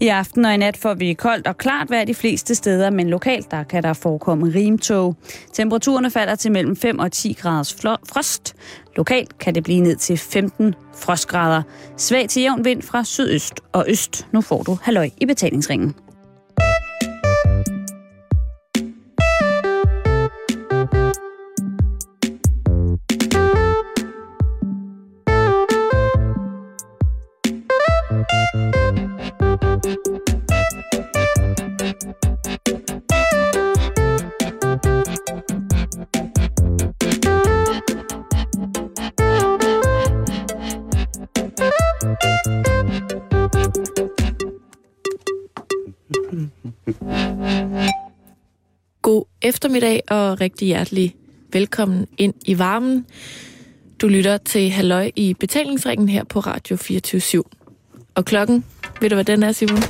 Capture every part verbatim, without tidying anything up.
I aften og i nat får vi koldt og klart vejr de fleste steder, men lokalt der kan der forekomme rimtog. Temperaturerne falder til mellem fem og ti graders frost. Lokalt kan det blive ned til femten frostgrader. Svag til jævn vind fra sydøst og øst. Nu får du halløj i betalingsringen. God eftermiddag og rigtig hjertelig velkommen ind i varmen. Du lytter til halløj i betalingsringen her på Radio fireogtyve syv. Og klokken, ved du hvad den er, Simon?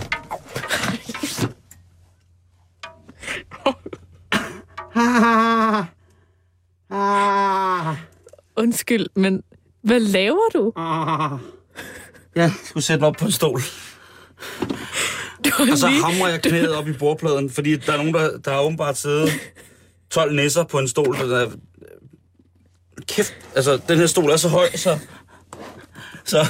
Undskyld, men hvad laver du? Jeg skulle sætte mig op på en stol. Og så lige... hamrer jeg knæet op i bordpladen, fordi der er nogen, der, der har åbenbart siddet tolv næsser på en stol, der er... Kæft, altså, den her stol er så høj, så... Så...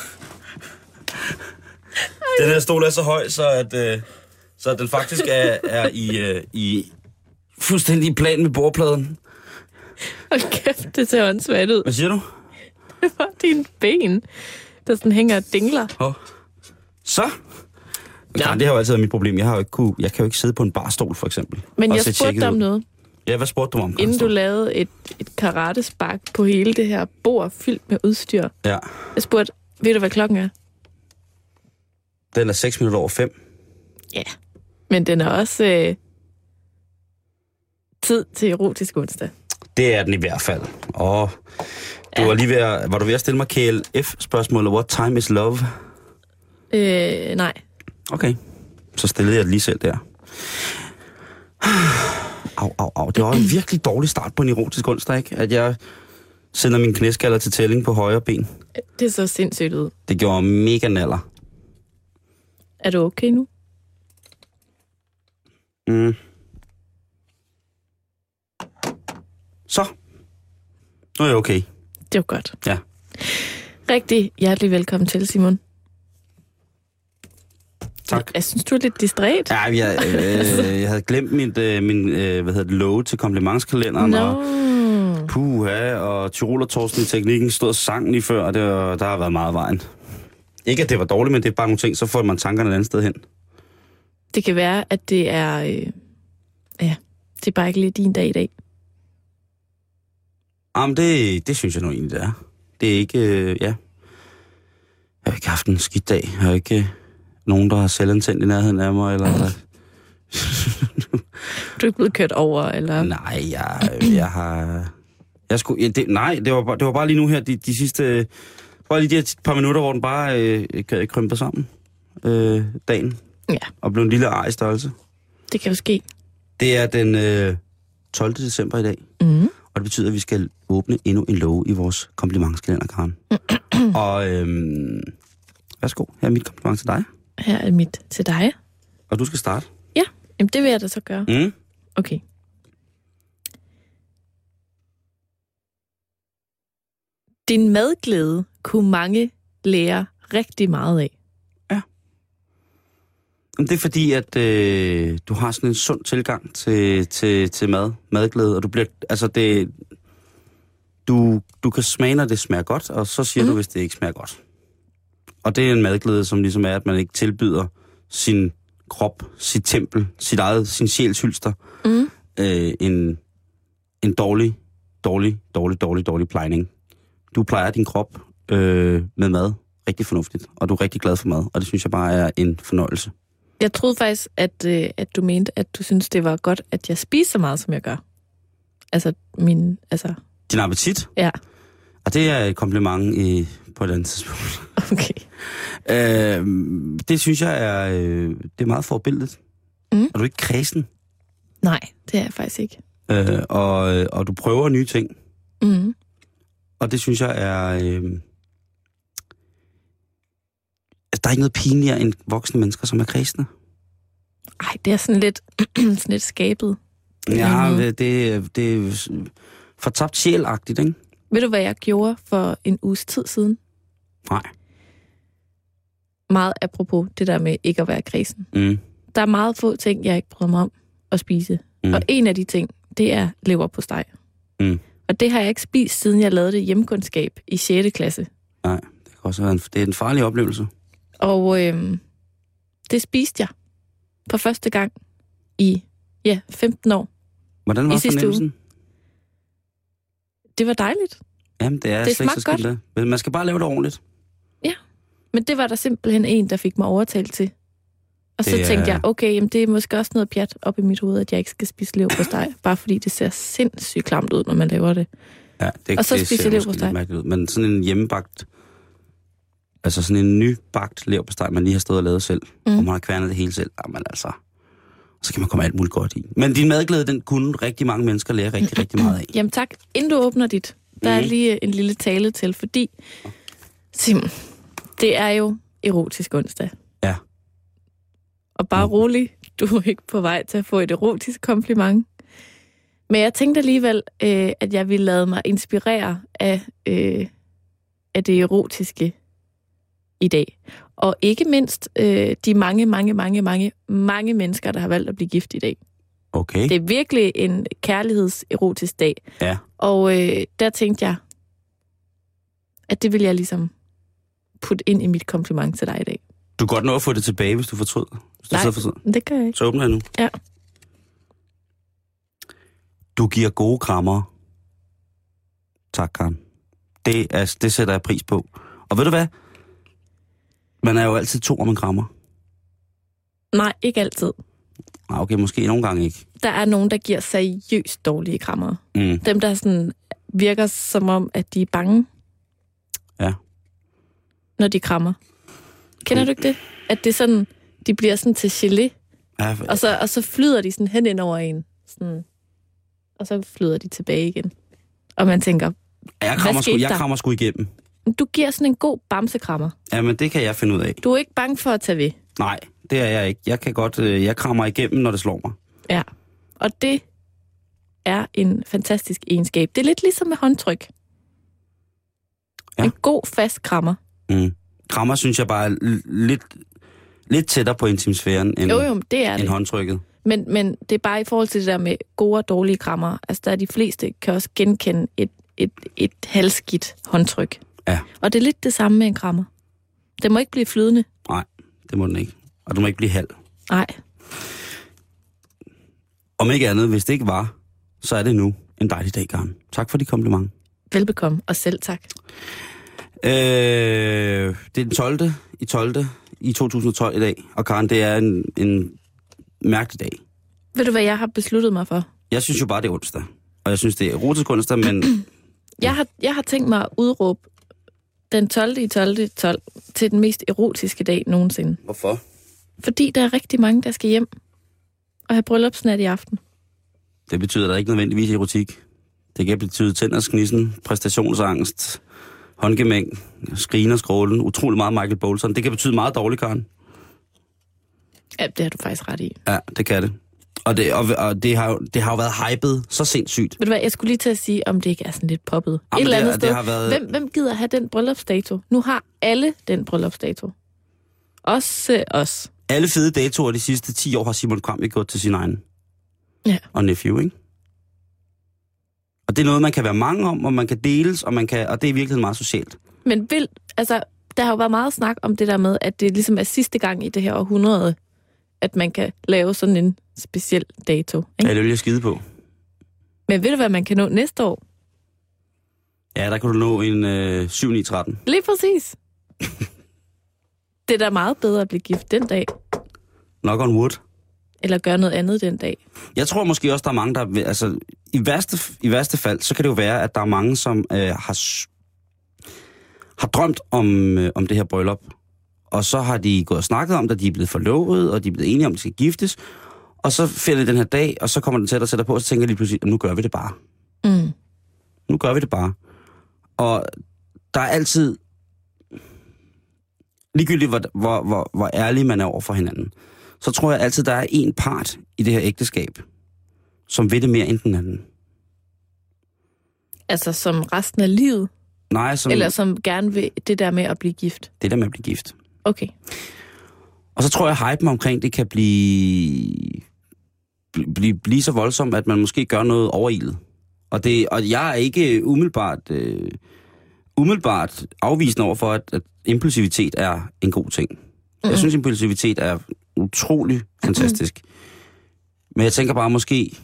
Den her stol er så høj, så at... Øh, så den faktisk er, er i, øh, i fuldstændig plan med bordpladen. Hold kæft, det ser åndssvagt ud. Hvad siger du? Det var dine ben, der sådan hænger og dingler. Oh. Så... Ja. Det har jo altid været mit problem. Jeg, har jo ikke kunne, jeg kan jo ikke sidde på en barstol, for eksempel. Men jeg spurgte dig om noget. Ja, hvad spurgte du om? Inden du lavede et, et karatespark på hele det her bord fyldt med udstyr. Ja. Jeg spurgte, ved du, hvad klokken er? Den er seks minutter over fem. Ja, men den er også øh, tid til erotisk onsdag. Det er den i hvert fald. Og du ja. var lige ved at, var du ved at stille mig K L F-spørgsmålet, what time is love? Øh, nej. Okay, så stillede jeg det lige selv der. Au, au, au. Det var en virkelig dårlig start på en erotisk onsdag, ikke? At jeg sender min knæskaller til tælling på højre ben. Det så sindssygt ud. Det gjorde mega naller. Er du okay nu? Mm. Så. Nu er jeg okay. Det var godt. Ja. Rigtig hjertelig velkommen til, Simon. Tak. Jeg synes, du er lidt distræt. Ja, jeg, øh, jeg havde glemt mit, øh, min øh, hvad hedder det, love til komplimentskalenderen. No. Og puha, og Tyroler-Torsten i teknikken stod og sang lige før, og det var, der har været meget vejen. Ikke, at det var dårligt, men det er bare nogle ting, så får man tankerne et andet sted hen. Det kan være, at det er... Øh, ja, det er bare ikke lige din dag i dag. Jamen, det, det synes jeg nu egentlig, det er. Det er ikke... Øh, ja. Jeg har ikke haft en skidt dag. Jeg har ikke... Øh, nogen, der har selvantændt i nærheden af mig, eller... Du er ikke blevet kørt over, eller... Nej, jeg, jeg har... Jeg skulle, ja, det, nej, det var, det var bare lige nu her, de, de sidste... Bare lige de her par minutter, hvor den bare øh, krymper sammen øh, dagen. Ja. Og blev en lille ar i størrelse. Det kan jo ske. Det er den øh, tolvte december i dag. Mm. Og det betyder, at vi skal åbne endnu en låge i vores komplimentskalender, Karen. Og øh, værsgo, her er mit kompliment til dig. Her er mit til dig. Og du skal starte. Ja, jamen det vil jeg da så gøre. Mm. Okay. Din madglæde kunne mange lære rigtig meget af. Ja. Det er fordi, at øh, du har sådan en sund tilgang til, til, til mad, madglæde, og du bliver, altså det, du, du kan smage, når det smager godt, og så siger mm. du, hvis det ikke smager godt. Og det er en madglæde, som ligesom er, at man ikke tilbyder sin krop, sit tempel, sit eget, sin sjælshylster, mm. øh, en, en dårlig, dårlig, dårlig, dårlig, dårlig plejning. Du plejer din krop øh, med mad rigtig fornuftigt, og du er rigtig glad for mad, og det synes jeg bare er en fornøjelse. Jeg troede faktisk, at, øh, at du mente, at du synes, det var godt, at jeg spiser så meget, som jeg gør. Altså, min... Altså... Din appetit? Ja. Og det er et kompliment i, på et andet tidspunkt. Okay. Øh, det synes jeg er, øh, det er meget forbilledligt. Mm. Er du ikke kræsen? Nej, det er jeg faktisk ikke. Øh, og, og du prøver nye ting. Mm. Og det synes jeg er... Øh, Altså, der er ikke noget pinligere end voksne mennesker, som er kristne. Ej, det er sådan lidt, sådan lidt skabet. Ja, det, det, det er fortabt sjælagtigt, ikke? Ved du, hvad jeg gjorde for en uges tid siden? Nej. Meget apropos det der med ikke at være kristen. Mm. Der er meget få ting, jeg ikke bryder mig om at spise. Mm. Og en af de ting, det er leverpostej. Mm. Og det har jeg ikke spist, siden jeg lavede det hjemkundskab i sjette klasse. Nej, det kan også være en, det er en farlig oplevelse. Og øhm, det spiste jeg for første gang i ja, femten år. Hvordan var fornemmelsen? Det var dejligt. Jamen, det er det slet ikke så skidt det. Men man skal bare lave det ordentligt. Ja, men det var der simpelthen en, der fik mig overtalt til. Og så det tænkte er... jeg, okay, jamen det er måske også noget pjat op i mit hoved, at jeg ikke skal spise leverpostej, bare fordi det ser sindssygt klamt ud, når man laver det. Ja, det, og så det spiser ser leverpostej. mærkeligt ud. Men sådan en hjemmebagt, altså sådan en nybagt leverpostej, man lige har stået og lavet selv, mm. og man har kværnet det hele selv, jamen altså, så kan man komme alt muligt godt i. Men din madglæde, den kunne rigtig mange mennesker lære rigtig, rigtig meget af. Jamen tak. Inden du åbner dit, der mm. er lige en lille tale til, fordi, Simon, det er jo erotisk onsdag. Ja. Og bare mm. rolig, du er ikke på vej til at få et erotisk kompliment. Men jeg tænkte alligevel, øh, at jeg ville lade mig inspirere af, øh, af det erotiske i dag. Og ikke mindst øh, de mange, mange, mange, mange, mange mennesker, der har valgt at blive gift i dag. Okay. Det er virkelig en kærlighedserotisk dag. Ja. Og øh, der tænkte jeg, at det vil jeg ligesom putte ind i mit kompliment til dig i dag. Du kan godt nå at få det tilbage, hvis du fortrød. Hvis du Nej, fortrød. det kan jeg ikke. Så åbner jeg nu. Ja. Du giver gode krammer. Tak, Karen. Det, er, det sætter jeg pris på. Og ved du hvad? Man er jo altid to om en krammer. Nej, ikke altid. Ah, okay, måske nogle gange ikke. Der er nogen, der giver seriøst dårlige krammer. Mm. Dem, der sådan virker som om, at de er bange. Ja. Når de krammer. Kender mm. du ikke det? At det sådan, de bliver sådan til gelé. Ja, og, så, og så flyder de sådan hen ind over en. Sådan. Og så flyder de tilbage igen. Og man tænker, jeg krammer, sgu, jeg krammer sgu igennem. Du giver sådan en god bamsekrammer. Ja, men det kan jeg finde ud af. Du er ikke bange for at tage ved? Nej, det er jeg ikke. Jeg kan godt, jeg krammer igennem, når det slår mig. Ja, og det er en fantastisk egenskab. Det er lidt ligesom med håndtryk. Ja. En god, fast krammer. Mm. Krammer synes jeg bare er lidt, lidt tættere på intimsfæren end, jo, jo, det er end det. håndtrykket. Men, men det er bare i forhold til det der med gode og dårlige krammer. Altså, der er de fleste, kan også genkende et, et, et halvskidt håndtryk. Ja. Og det er lidt det samme med en krammer. Den må ikke blive flydende. Nej, det må den ikke. Og du må ikke blive halv. Nej. Om ikke andet, hvis det ikke var, så er det nu en dejlig dag, Karen. Tak for de kompliment. Velbekomme, og selv tak. Øh, det er den tolvte i tolvte i to tusind og tolv i dag. Og Karen, det er en, en mærkelig dag. Ved du, hvad jeg har besluttet mig for? Jeg synes jo bare, det er onsdag. Og jeg synes, det er erotisk onsdag, men... jeg, har, jeg har tænkt mig at udråbe den tolvte i tolvte tolv til den mest erotiske dag nogensinde. Hvorfor? Fordi der er rigtig mange, der skal hjem og have bryllupsnat i aften. Det betyder da ikke nødvendigvis erotik. Det kan betyde tænders knissen, præstationsangst, håndgemæng, skrigen og skrålen, utrolig meget Michael Bolton. Det kan betyde meget dårligt, Karen. Ja, det har du faktisk ret i. Ja, det kan det. Og det, og, og det, har, jo, det har jo været hypet så sindssygt. Ved du hvad, jeg skulle lige til at sige, om det ikke er sådan lidt poppet. Jamen, Et eller andet det, sted. Det har været... hvem, hvem gider have den bryllupsdato? Nu har alle den bryllupsdato. Også øh, os. Alle fede datoer de sidste ti år har Simon Kvam gået til sin egen. Ja. Og nephew, ikke? Og det er noget, man kan være mange om, og man kan deles, og, man kan, og det er i virkeligheden meget socialt. Men vil, altså, der har jo været meget snak om det der med, at det ligesom er sidste gang i det her århundrede, at man kan lave sådan en speciel dato. Ikke? Ja, det vil jeg skide på. Men ved du, hvad man kan nå næste år? Ja, der kan du nå en øh, syv ni tretten. Lige præcis. Det er da meget bedre at blive gift den dag. Knock on wood. Eller gøre noget andet den dag. Jeg tror måske også, der er mange, der... Vil, altså, i værste, i værste fald, så kan det jo være, at der er mange, som øh, har, har drømt om, øh, om det her bryllup. Og så har de gået og snakket om det, de er blevet forlovet, og de er blevet enige om, at de skal giftes. Og så finder de den her dag, og så kommer den til at sætte på, og så tænker de lige pludselig, at nu gør vi det bare. Mm. Nu gør vi det bare. Og der er altid... ligegyldigt hvor, hvor, hvor, hvor ærlig man er over for hinanden, så tror jeg altid, der er en part i det her ægteskab, som ved det mere end den anden. Altså som resten af livet? Nej, som... Eller som gerne vil det der med at blive gift? Det der med at blive gift. Okay. Og så tror jeg, at hypen omkring det kan blive, blive, blive så voldsom, at man måske gør noget overilet. Og, det, og jeg er ikke umiddelbart, øh, umiddelbart afvisende over for, at, at impulsivitet er en god ting. Mm-hmm. Jeg synes, impulsivitet er utrolig fantastisk. Mm-hmm. Men jeg tænker bare måske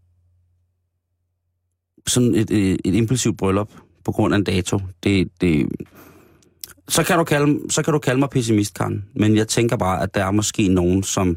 sådan et, et, et impulsivt bryllup på grund af en dato. Det, det, så, kan du kalde, så kan du kalde mig pessimist, Karen. Men jeg tænker bare, at der er måske nogen, som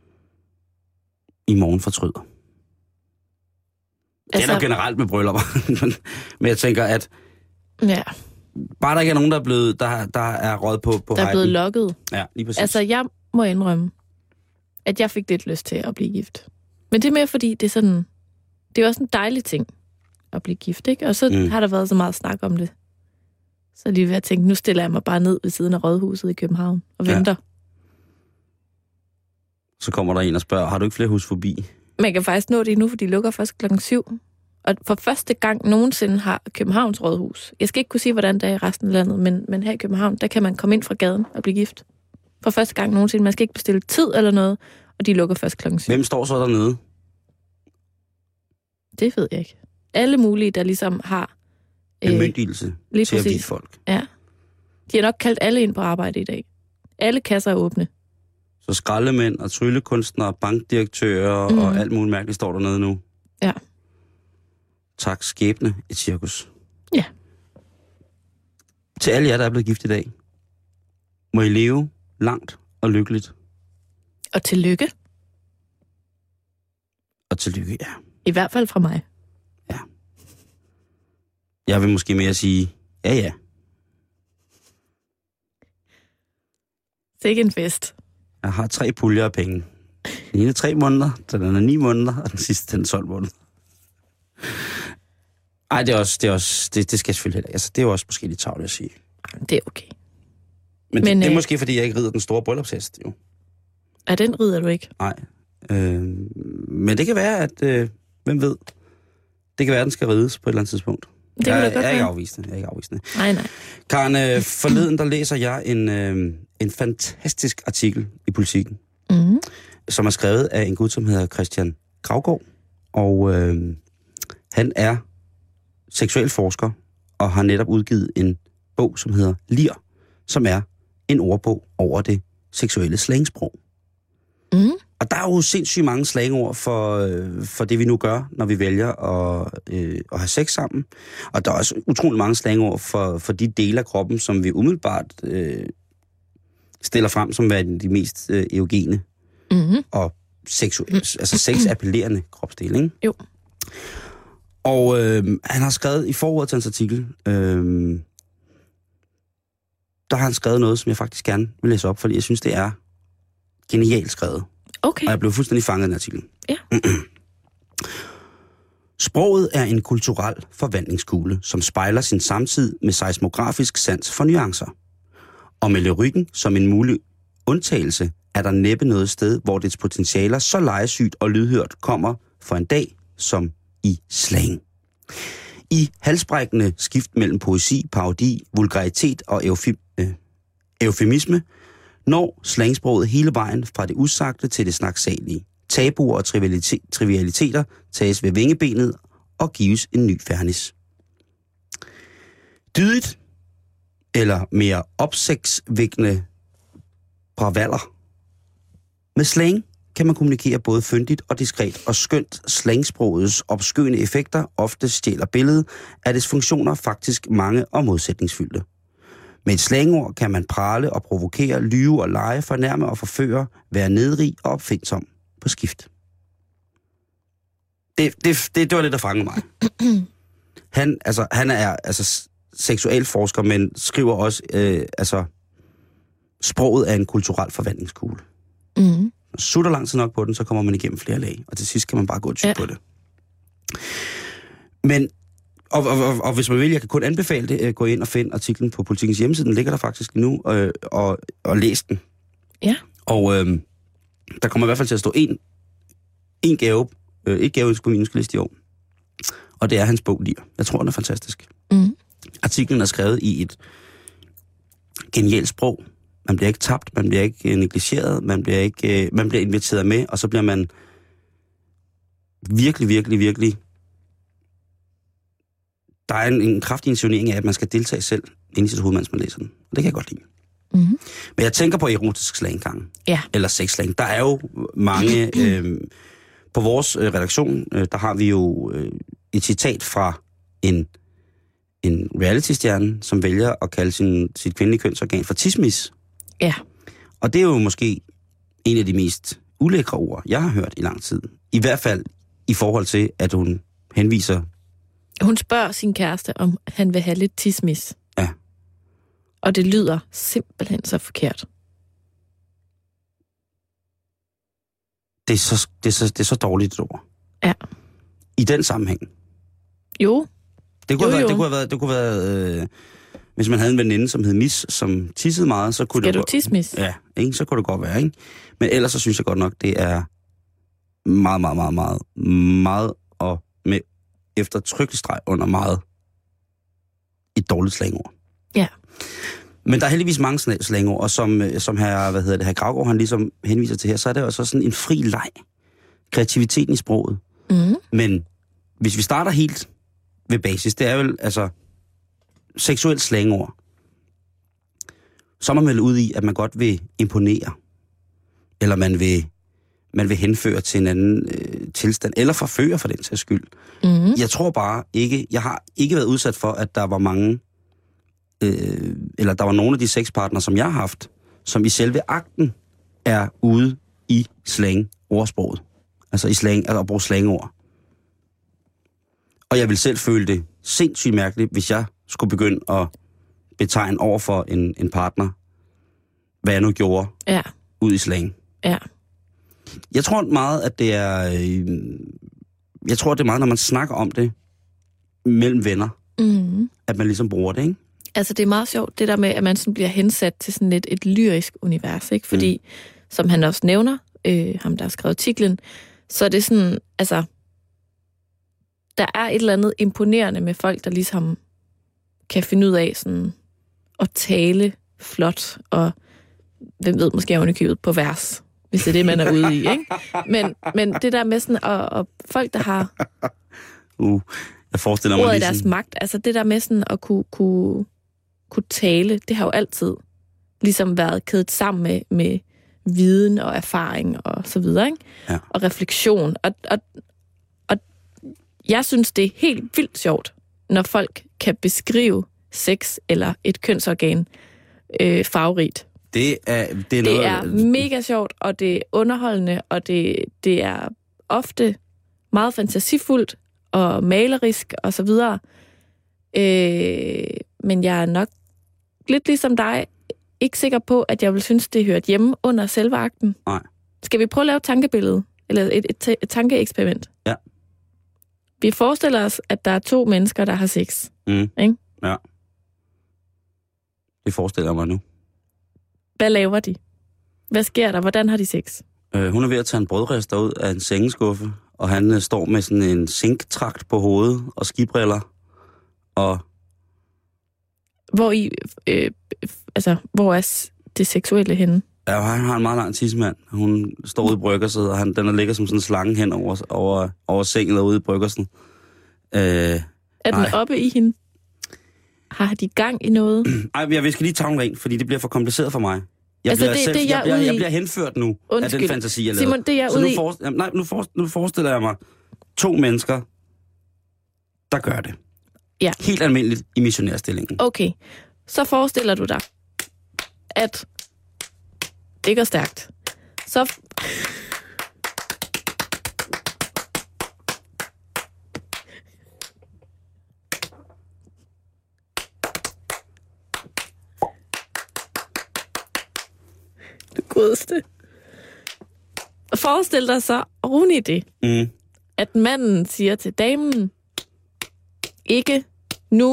i morgen fortryder. Altså, det er jo generelt med bryllupper. Men jeg tænker, at ja. bare der ikke er nogen, der er blevet, der, der er røget på, på der er blevet lokket. Ja, lige præcis. Altså, jeg må indrømme, at jeg fik lidt lyst til at blive gift. Men det er mere fordi, det er sådan, det er også en dejlig ting at blive gift, ikke? Og så mm. har der været så meget snak om det. Så lige ved at tænke, nu stiller jeg mig bare ned ved siden af Rådhuset i København og venter. Ja. Så kommer der en og spørger, har du ikke flere hus forbi? Man kan faktisk nå det nu, for de lukker først klokken syv. Og for første gang nogensinde har Københavns Rådhus. Jeg skal ikke kunne sige, hvordan det er i resten af landet, men, men her i København, der kan man komme ind fra gaden og blive gift. For første gang nogensinde. Man skal ikke bestille tid eller noget, og de lukker først klokken syv. Hvem står så dernede? Det ved jeg ikke. Alle mulige, der ligesom har bemyndigelse øh, til præcis. At blive folk. Ja. De har nok kaldt alle ind på arbejde i dag. Alle kasser er åbne. Så skraldemænd og tryllekunstnere, bankdirektører mm. og alt muligt mærkeligt står dernede nu. Ja. Tak skæbne, et cirkus. Ja. Til alle jer, der er blevet gift i dag, må I leve langt og lykkeligt. Og tillykke. Og tillykke, ja. I hvert fald fra mig. Ja. Jeg vil måske mere sige, ja ja. Sikke en fest. Jeg har tre puljer af penge. Den ene er tre måneder, den er ni måneder, og den sidste den er tolv måneder. Ej, det er også, det er også, det, det skal jeg selvfølgelig heller. Altså, det er jo også måske lidt travlt at sige. Det er okay. Men, Men det, det er øh... måske, fordi jeg ikke rider den store bryllupshest, jo. Ja, den rider du ikke. Nej. Øh, men det kan være, at, øh, hvem ved, det kan være, at den skal rides på et eller andet tidspunkt. Det jeg, jeg, jeg er ikke afvisende. Jeg er ikke afvisende. Nej, nej. Karen, øh, forleden der læser jeg en, øh, en fantastisk artikel i Politiken, mm. som er skrevet af en gut, som hedder Christian Gravgaard. Og øh, han er seksuel forsker og har netop udgivet en bog, som hedder Lir, som er en ordbog over det seksuelle slangsprog. Mm. Og der er jo sindssygt mange slangord for, øh, for det, vi nu gør, når vi vælger at, øh, at have sex sammen. Og der er også utrolig mange slangord for, for de dele af kroppen, som vi umiddelbart øh, stiller frem som værende de mest øh, eugene mm-hmm. og seksuelle, altså sexappellerende kropsdele, ikke? Jo. Og øh, han har skrevet i forordet til hans artikel, øh, der har han skrevet noget, som jeg faktisk gerne vil læse op, fordi jeg synes, det er genialt skrevet. Okay. Og jeg blev fuldstændig fanget i den artikel. Ja. Sproget er en kulturel forvandlingskugle, som spejler sin samtid med seismografisk sans for nuancer. Og med lyrikken som en mulig undtagelse, er der næppe noget sted, hvor dets potentialer så legesygt og lydhørt kommer for en dag som i slang. I halsbrækkende skift mellem poesi, parodi, vulgaritet og eufem- øh, eufemisme, når slangsproget hele vejen fra det usagte til det snaksalige. Tabuer og trivialite- trivialiteter tages ved vingebenet og gives en ny fernis. Dydigt, eller mere opsigtsvækkende bravaller. Med slang kan man kommunikere både fyndigt og diskret, og skønt slangsprogets opskøende effekter ofte stjæler billedet, er dets funktioner faktisk mange og modsætningsfyldte. Med et slangord kan man prale og provokere, lyve og lege, fornærme og forføre, være nedrig og opfindsom på skift. Det, det, det, det var det, der fangede mig. Han, altså, han er altså seksualforsker, men skriver også, øh, altså, sproget er en kulturel forvandlingskugle. Mm. Sutter lang tid nok på den, så kommer man igennem flere lag, og til sidst kan man bare gå og tykke ja. på det. Men Og, og, og, og hvis man vil, jeg kan kun anbefale det, gå ind og finde artiklen på Politikens hjemmeside. Den ligger der faktisk nu, øh, og, og læs den. Ja. Og øh, der kommer i hvert fald til at stå en, en gave, øh, et gave på min ønskeliste i år. Og det er hans bog, Lir. Jeg tror, den er fantastisk. Mm. Artiklen er skrevet i et genialt sprog. Man bliver ikke tabt, man bliver ikke negligeret, man bliver, ikke, øh, man bliver inviteret med, og så bliver man virkelig, virkelig, virkelig... Der er en, en kraftig insinuering af, at man skal deltage selv inde i sit hoved, mens man læser den. Og det kan jeg godt lide. Mm-hmm. Men jeg tænker på erotisk slanggang. Ja. Eller sexslang. Der er jo mange... Øh, på vores øh, redaktion, øh, der har vi jo øh, et citat fra en, en reality-stjerne, som vælger at kalde sin, sit kvindelige kønsorgan for tismis. Ja. Og det er jo måske en af de mest ulækre ord, jeg har hørt i lang tid. I hvert fald i forhold til, at hun henviser... Hun spørger sin kæreste, om han vil have lidt tismis. Ja. Og det lyder simpelthen så forkert. Det er så, det er så, det er så dårligt et ord. Ja. I den sammenhæng. Jo. Det kunne jo, have været, jo. det kunne have været, det kunne have været øh, hvis man havde en veninde, som hed Mis, som tissede meget, så kunne Skal det... du tismis? Ja, ikke? Så kunne det godt være, ikke? Men ellers så synes jeg godt nok, det er meget, meget, meget, meget, meget og med eftertrykkelig streg under meget et dårligt slangord. Ja. Men der er heldigvis mange slangord, og som, som her, hvad hedder det, her Gravgaard, han ligesom henviser til her, så er det jo så sådan en fri leg. Kreativiteten i sproget. Mm. Men hvis vi starter helt ved basis, det er jo altså seksuelt slangord. Så er man vel ude i, at man godt vil imponere, eller man vil, man vil henføre til en anden øh, tilstand, eller forføre for den sags skyld. Mm. Jeg tror bare ikke, jeg har ikke været udsat for, at der var mange, øh, eller der var nogle af de sexpartnere, som jeg har haft, som i selve akten er ude i slang-ordsproget. Altså i slang, altså at bruge slangord. Og jeg vil selv føle det sindssygt mærkeligt, hvis jeg skulle begynde at betegne over for en, en partner, hvad jeg nu gjorde, Ja. ud i slang. Ja. Jeg tror meget, at det er... Øh, jeg tror, det er meget, når man snakker om det mellem venner, Mm. at man ligesom bruger det, ikke? Altså, det er meget sjovt, det der med, at man sådan bliver hensat til sådan lidt et lyrisk univers, ikke? Fordi, mm. som han også nævner, øh, ham der har skrevet artiklen, så er det sådan, altså, der er et eller andet imponerende med folk, der ligesom kan finde ud af sådan at tale flot, og hvem ved, måske ovenikøbet på vers, hvis det er det, man er ude i, ikke? Men, men det der med sådan, og, og folk, der har Uh, jeg forestiller mig ordet i lige deres sådan, magt, altså det der med sådan at kunne, kunne, kunne tale, det har jo altid ligesom været kædet sammen med, med viden og erfaring og så videre, ikke? Ja. Og refleksion. Og, og, og jeg synes, det er helt vildt sjovt, når folk kan beskrive sex eller et kønsorgan øh, farverigt. det er, det er noget... Det er mega sjovt, og det er underholdende, og det, det er ofte meget fantasifuldt og malerisk og så videre. Øh, men jeg er nok lidt ligesom dig ikke sikker på, at jeg vil synes, det hørte hjemme under selve akten. Nej. Skal vi prøve at lave et tankebillede? Eller et, et, et tankeeksperiment? Ja. Vi forestiller os, at der er to mennesker, der har sex. Mm. Ikke? Ja. Det forestiller jeg mig nu. Hvad laver de? Hvad sker der? Hvordan har de sex? Øh, hun er ved at tage en brødrester ud af en sengeskuffe, og han øh, står med sådan en zinktrakt på hovedet og skibriller. Og Hvor i, øh, altså, hvor er det seksuelle henne? ja, han har en meget lang tidsmand. Hun står ude i bryggerset, og han, den er ligger som sådan en slange hen over, over, over sengen og ude i bryggersen. Øh, Er den Ej. oppe i hende? Har de gang i noget? ej, jeg skal lige tage en ren, fordi det bliver for kompliceret for mig. Jeg, Altså, bliver, det- selv, det er jeg, jeg bliver, ude jeg i. bliver henført nu Undskyld. af den fantasi, jeg lavede. Simon, det er jeg Så ude nu, i. for, jamen, nej, nu, for, nu forestiller jeg mig to mennesker, der gør det. Ja. Helt almindeligt i missionærstillingen. Okay, så forestiller du dig, at det går stærkt. Så... Det godeste. Forestil dig så oven i det, Mm. at manden siger til damen, ikke nu.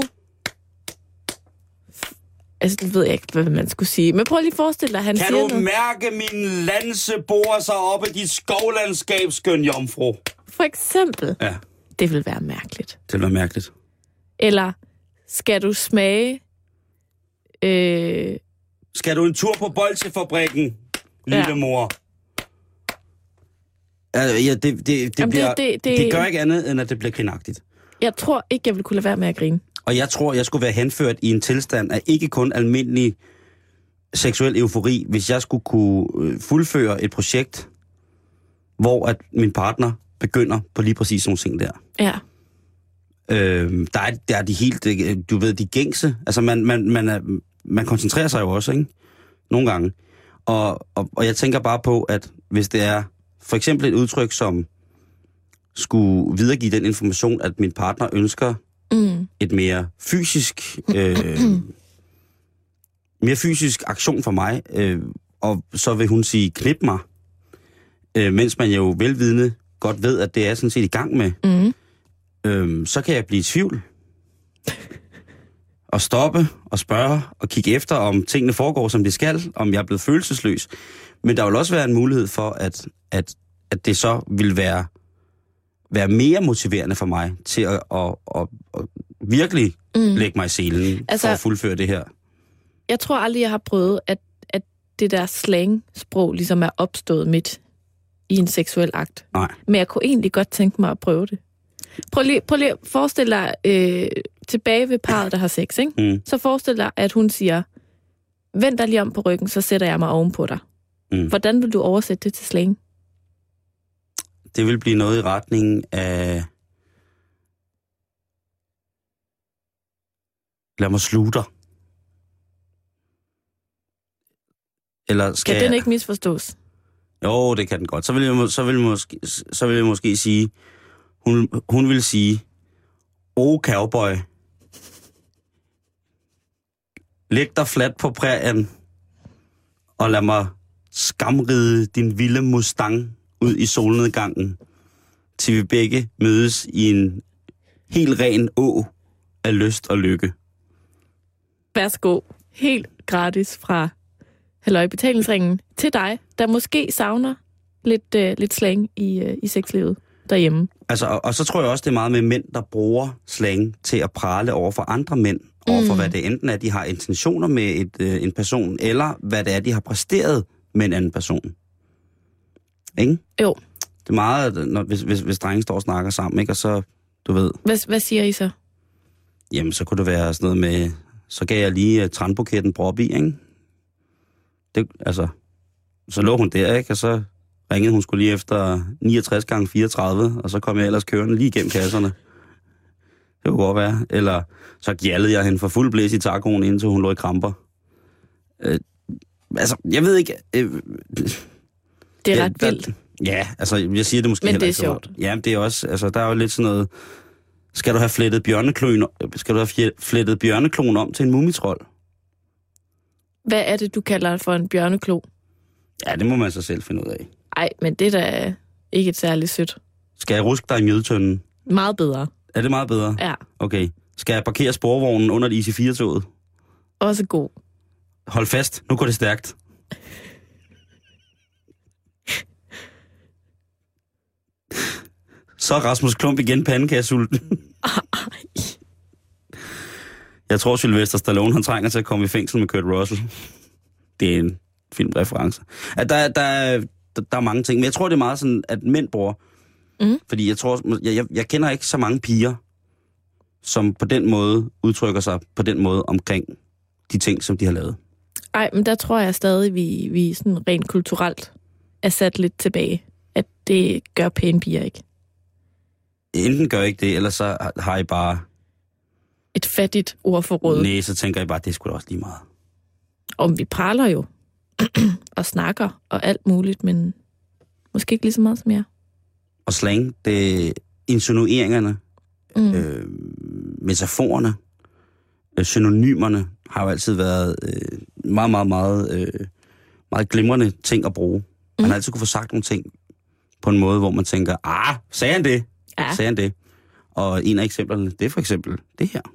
Altså, det ved jeg ikke, hvad man skulle sige. Men prøv lige at forestille dig, at han kan siger noget. Kan du mærke, min lanse borer sig op i dit skovlandskab, skøn jomfru? For eksempel. Ja. Det vil være mærkeligt. Det vil være mærkeligt. Eller, skal du smage... Øh... Skal du en tur på bolsjefabrikken, lille Ja. mor? Ja, det, det, det, Jamen, bliver, det, det, det, det gør ikke andet, end at det bliver kvinagtigt. Jeg tror ikke, jeg vil kunne lade være med at grine. Og jeg tror, jeg skulle være henført i en tilstand af ikke kun almindelig seksuel eufori, hvis jeg skulle kunne fuldføre et projekt, hvor at min partner begynder på lige præcis nogle ting der. Ja. Øh, der, er, der er de helt, du ved, de gængse. Altså, man, man, man, er, man koncentrerer sig jo også, ikke? Nogle gange. Og, og, og jeg tænker bare på, at hvis det er for eksempel et udtryk, som skulle videregive den information, at min partner ønsker mm. et mere fysisk, øh, mere fysisk aktion for mig, øh, og så vil hun sige, knip mig, øh, mens man jo velvidende godt ved, at det er sådan set i gang med, mm. øh, så kan jeg blive i tvivl. Og stoppe og spørge og kigge efter, om tingene foregår, som de skal, om jeg er blevet følelsesløs. Men der vil også være en mulighed for, at, at, at det så vil være, være mere motiverende for mig til at, at, at, at virkelig mm. lægge mig i selen altså, for at fuldføre det her. Jeg tror aldrig, jeg har prøvet, at, at det der slang-sprog ligesom er opstået midt i en seksuel akt. Nej. Men jeg kunne egentlig godt tænke mig at prøve det. Prøv lige, prøv lige at forestille dig øh, tilbage ved parret, der har sex, ikke? Mm. Så forestil dig, at hun siger, vend dig lige om på ryggen, så sætter jeg mig ovenpå dig. Mm. Hvordan vil du oversætte det til slang? Det vil blive noget i retning af... Lad mig sluge dig. Eller skal kan den jeg... ikke misforstås? Jo, det kan den godt. Så vil jeg, så vil jeg, måske, så vil jeg måske sige... Hun, hun vil sige, åh, cowboy, læg dig fladt på prærien, og lad mig skamride din vilde Mustang ud i solnedgangen, til vi begge mødes i en helt ren å af lyst og lykke. Værsgo, helt gratis fra Halløj Betalingsringen til dig, der måske savner lidt, øh, lidt slang i, øh, i sexlivet derhjemme. Altså, og, og så tror jeg også, det er meget med mænd, der bruger slang til at prale over for andre mænd, over for mm. hvad det enten er, de har intentioner med et, øh, en person, eller hvad det er, de har præsteret med en anden person. Ikke? Jo. Det er meget, når, hvis, hvis, hvis drenge står og snakker sammen, ikke? Og så, du ved... Hvad, hvad siger I så? Jamen, så kunne det være sådan noget med, så gav jeg lige uh, tranbuketten brop i, ikke? Det, altså, så lå hun der, ikke? Og så ringede hun skulle lige efter niogtres gange fireogtredive, og så kom jeg ellers kørende lige igennem kasserne. Det kunne godt være. Eller så gjaldede jeg hende for fuld blæs i tacoen, indtil hun lå i kramper. Øh, altså, jeg ved ikke... Øh, det er ja, ret vildt. Der, ja, altså, jeg siger det måske men heller det er ikke. sjovt. Ja, det er også... Altså, der er jo lidt sådan noget... Skal du have flettet bjørneklon, skal du have flettet bjørneklon om til en mumitrol? Hvad er det, du kalder for en bjørneklo? Ja, det må man så selv finde ud af. Ej, men det er da ikke et særligt sødt. Skal jeg ruske dig i mjødtønden? Meget bedre. Er det meget bedre? Ja. Okay. Skal jeg parkere sporvognen under et I C fire-toget? Også god. Hold fast, nu går det stærkt. Så er Rasmus Klump igen pandekagesulten. Jeg tror, Sylvester Stallone, han trænger til at komme i fængsel med Kurt Russell. Det er en filmreference. At der, der, der, der er mange ting, men jeg tror, det er meget sådan, at mænd bruger. Mm. Fordi jeg tror, jeg, jeg, jeg kender ikke så mange piger, som på den måde udtrykker sig på den måde omkring de ting, som de har lavet. Ej, men der tror jeg stadig, vi, vi sådan rent kulturelt er sat lidt tilbage. At det gør pæne piger ikke. Enten gør ikke det, eller så har I bare... Et fattigt ordforråd. Nej, så tænker jeg bare, det er sgu da også lige meget. Om vi praler jo, og snakker, og alt muligt, men måske ikke lige så meget som jeg. Og slang, det insinueringerne, mm. øh, metaforerne, øh, synonymerne, har jo altid været øh, meget, meget, meget, øh, meget glimrende ting at bruge. Man mm. har altid kunne få sagt nogle ting på en måde, hvor man tænker, ah, sagde han det? Ja. Sagde han det? Og en af eksemplerne, det er for eksempel det her.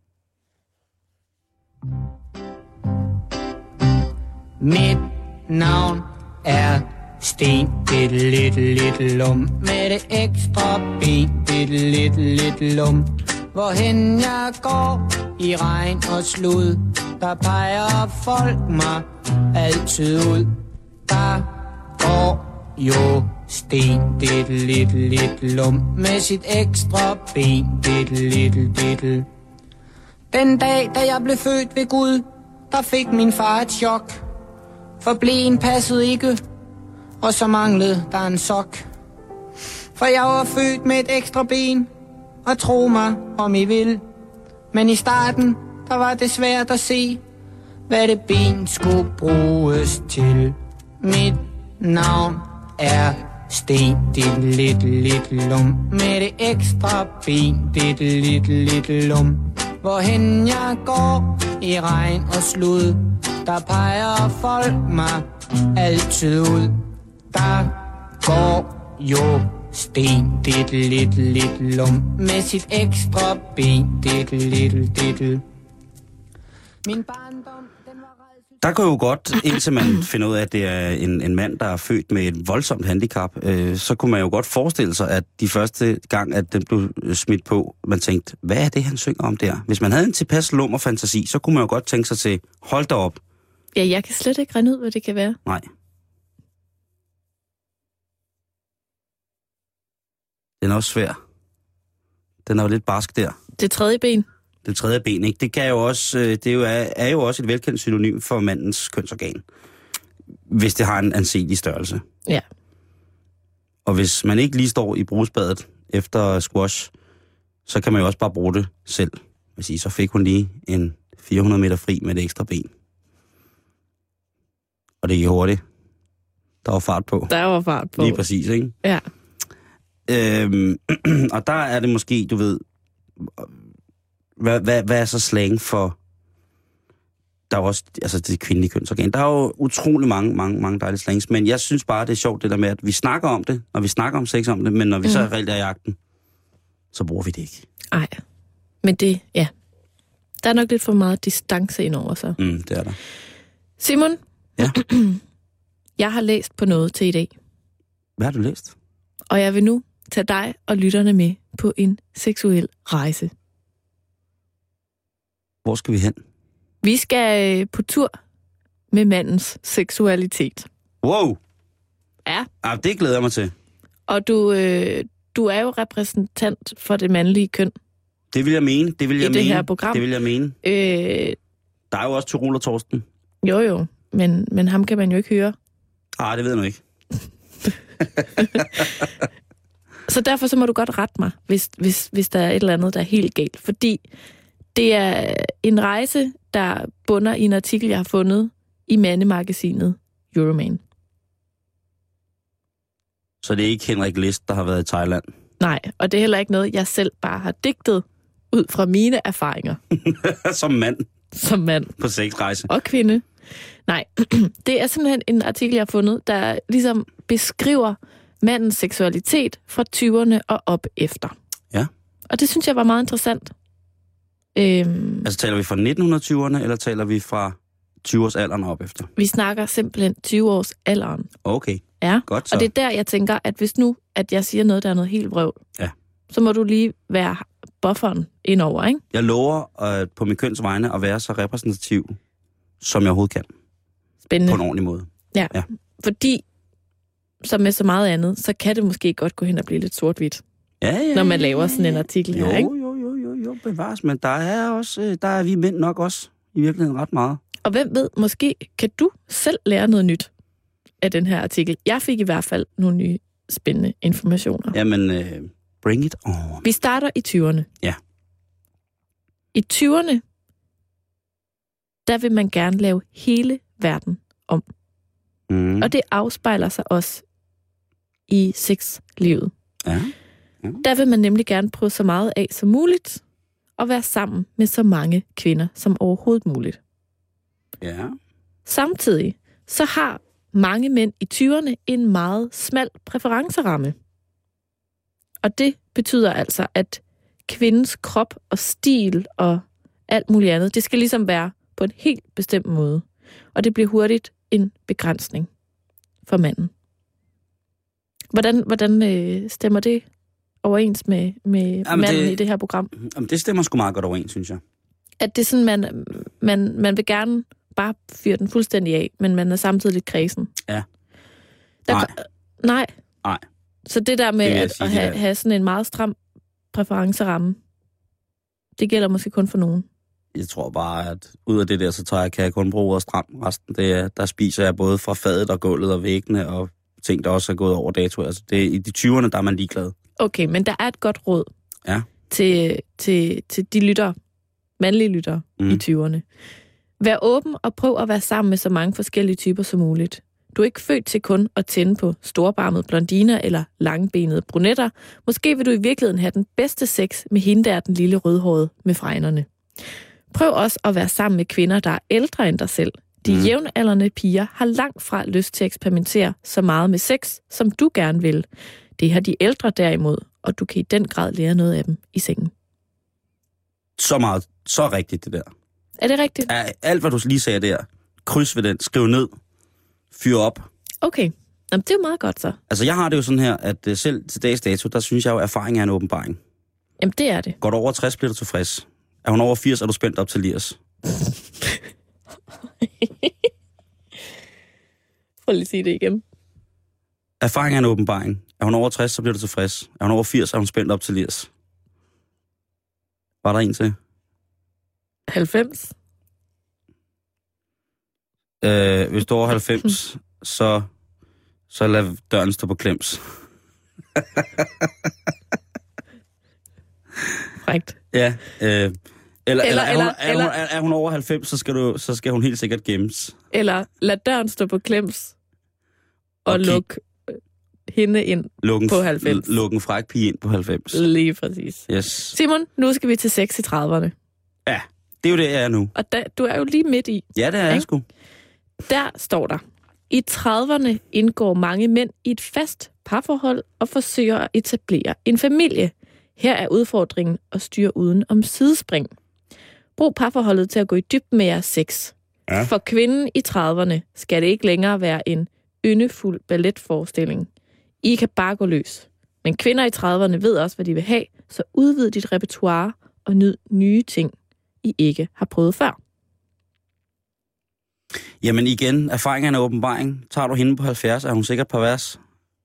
Mit navn er Sten, bitte lidt lidt lum. Med det ekstra ben, bitte lidt lidt lum. Hvorhen jeg går i regn og slud, der peger folk mig altid ud. Der går jo Sten, bitte lidt lidt lum. Med sit ekstra ben, bitte lidt lidt. Den dag, da jeg blev født ved Gud, der fik min far et chok. For blæen passede ikke, og så manglede der en sok. For jeg var født med et ekstra ben, og tro mig, om I vil. Men i starten, der var det svært at se, hvad det ben skulle bruges til. Mit navn er Sten, det lidt lidt lum. Med det ekstra ben, det lidt lidt lum. Hvorhen jeg går i regn og slud, der peger folk mig altid ud. Der går jo Sten, det lidt lidt lum. Med sit ekstra ben, det lidt lidt. Min barndom, den var rædsel. Der går jo godt, indtil man finder ud af, at det er en, en mand, der er født med et voldsomt handicap, øh, så kunne man jo godt forestille sig, at de første gang, at den blev smidt på, man tænkte, hvad er det, han synger om der? Hvis man havde en tilpas lummer fantasi, så kunne man jo godt tænke sig til, hold da op. Ja, jeg kan slet ikke regne ud, hvad det kan være. Nej. Den er også svær. Den er jo lidt barsk der. Det tredje ben. Det tredje ben, ikke? Det kan jo også, det er jo, er jo også et velkendt synonym for mandens kønsorgan. Hvis det har en anselig størrelse. Ja. Og hvis man ikke lige står i brugsbadet efter squash, så kan man jo også bare bruge det selv. Jeg sige, så fik hun lige en fire hundrede meter fri med et ekstra ben. Og det gik hurtigt. Der var fart på. Der var fart på. Lige præcis, ikke? Ja. Øhm, og der er det måske, du ved, hvad, hvad, hvad er så slang for, der er også, altså det kvindelige kønsorgan. Der er jo utrolig mange, mange, mange dejlige slangs, men jeg synes bare, det er sjovt det der med, at vi snakker om det, når vi snakker om sex om det, men når vi mm. så er reelt er i jagten, så bruger vi det ikke. Nej, men det, ja, der er nok lidt for meget distance indover sig. Mm, det er der. Simon? Ja? Jeg har læst på noget til i dag. Hvad har du læst? Og jeg vil nu tage dig og lytterne med på en seksuel rejse. Hvor skal vi hen? Vi skal på tur med mandens seksualitet. Wow! Ja. Ah, det glæder jeg mig til. Og du, øh, du er jo repræsentant for det mandlige køn. Det vil jeg mene. Det vil jeg I mene. det her program. Det vil jeg mene. Øh, Der er jo også Tyrol og Torsten. jo jo, men, men ham kan man jo ikke høre. Ah, det ved jeg nu ikke. Så derfor så må du godt rette mig, hvis, hvis, hvis der er et eller andet, der er helt galt. Fordi det er en rejse, der bunder i en artikel, jeg har fundet i mandemagasinet Euroman. Så det er ikke Henrik List, der har været i Thailand? Nej, og det er heller ikke noget, jeg selv bare har digtet ud fra mine erfaringer. Som mand? Som mand. På sexrejse? Og kvinde. Nej, det er simpelthen en artikel, jeg har fundet, der ligesom beskriver mandens seksualitet fra tyverne og op efter. Ja. Og det synes jeg var meget interessant. Øhm, altså taler vi fra nitten tyverne, eller taler vi fra tyve års alderen op efter? Vi snakker simpelthen tyve års alderen. Okay, ja. Godt så. Og det er der, jeg tænker, at hvis nu, at jeg siger noget, der er noget helt vrøvl, ja. så må du lige være bufferen indover, ikke? Jeg lover at på min køns vegne at være så repræsentativ, som jeg overhovedet kan. Spændende. På en ordentlig måde. Ja, ja. Fordi, som med så meget andet, så kan det måske godt gå hen og blive lidt sort-hvidt. Ja, ja, når man laver sådan en artikel jo, her, ikke? Jo, jo, jo, jo, bevares. Men der er også, der er vi mænd nok også i virkeligheden ret meget. Og hvem ved, måske kan du selv lære noget nyt af den her artikel. Jeg fik i hvert fald nogle nye spændende informationer. Jamen, uh, bring it on. Vi starter i tyverne. Ja. I tyverne, der vil man gerne lave hele verden om. Mm. Og det afspejler sig også i sexlivet. Ja. Ja. Der vil man nemlig gerne prøve så meget af som muligt, og være sammen med så mange kvinder som overhovedet muligt. Ja. Samtidig så har mange mænd i tyverne en meget smal præferenceramme. Og det betyder altså, at kvindens krop og stil og alt muligt andet. Det skal ligesom være på en helt bestemt måde. Og det bliver hurtigt en begrænsning for manden. Hvordan, hvordan øh, stemmer det overens med, med Jamen manden det, i det her program? Jamen det stemmer sgu meget godt overens, synes jeg. At det er sådan, man, man, man vil gerne bare fyre den fuldstændig af, men man er samtidig lidt kredsen. Ja. Der, Nej. Nej. Nej. Så det der med det at, sige, at have, det have sådan en meget stram præferenceramme, det gælder måske kun for nogen. Jeg tror bare, at ud af det der, så tager jeg, kan jeg kun bruge ordet stram. Resten, det er, der spiser jeg både fra fadet og gulvet og væggene og ting, der også er gået over dato. Altså det, i de tyverne, der er man ligeglad. Okay, men der er et godt råd ja. til, til, til de lyttere, mandlige lyttere mm. i tyverne. Vær åben og prøv at være sammen med så mange forskellige typer som muligt. Du er ikke født til kun at tænde på storbarmede blondiner eller langbenede brunetter. Måske vil du i virkeligheden have den bedste sex med hende, der er den lille rødhårede med fregnerne. Prøv også at være sammen med kvinder, der er ældre end dig selv. De mm. jævnaldrende piger har langt fra lyst til at eksperimentere så meget med sex, som du gerne vil. Det har de ældre derimod, og du kan i den grad lære noget af dem i sengen. Så meget, så rigtigt det der. Er det rigtigt? Ja, alt, hvad du lige sagde der, kryds ved den, skriv ned, fyr op. Okay, jamen, det er jo meget godt så. Altså, jeg har det jo sådan her, at selv til dags dato, der synes jeg jo, at erfaring er en åbenbaring. Jamen, det er det. Går du over tres, bliver du tilfreds. Er hun over firs, er du spændt op til lirs. Prøv lige at sige det igen. Erfaring er en åbenbaring. Er hun over tres, så bliver du tilfreds. Er hun over firs, er hun spændt op til lirs. Var der en til? halvfems? Øh, hvis du er over halvfems, så, så lad døren stå på klems. Frækt. Ja, øh, eller, eller, eller, er, hun, eller, er, eller, hun, er, er hun over halvfems, så skal, du, så skal hun helt sikkert gemmes. Eller lad døren stå på klems og, og kig, luk hende ind lukken, på halvfems. Luk en fræk pige ind på halvfems. Lige præcis. Yes. Simon, nu skal vi til sex i trediverne. Ja, det er jo det, jeg er nu. Og da, du er jo lige midt i. Ja, det er jeg sgu. Der står der. I trediverne indgår mange mænd i et fast parforhold og forsøger at etablere en familie. Her er udfordringen at styre uden om sidespring. Brug parforholdet til at gå i dybden med jeres sex. Ja. For kvinden i trediverne skal det ikke længere være en yndefuld balletforestilling. I kan bare gå løs. Men kvinder i trediverne ved også, hvad de vil have, så udvid dit repertoire og nyd nye ting, I ikke har prøvet før. Jamen igen, erfaring er en åbenbaring. Tager du hende på halvfjerds, er hun sikkert pervers.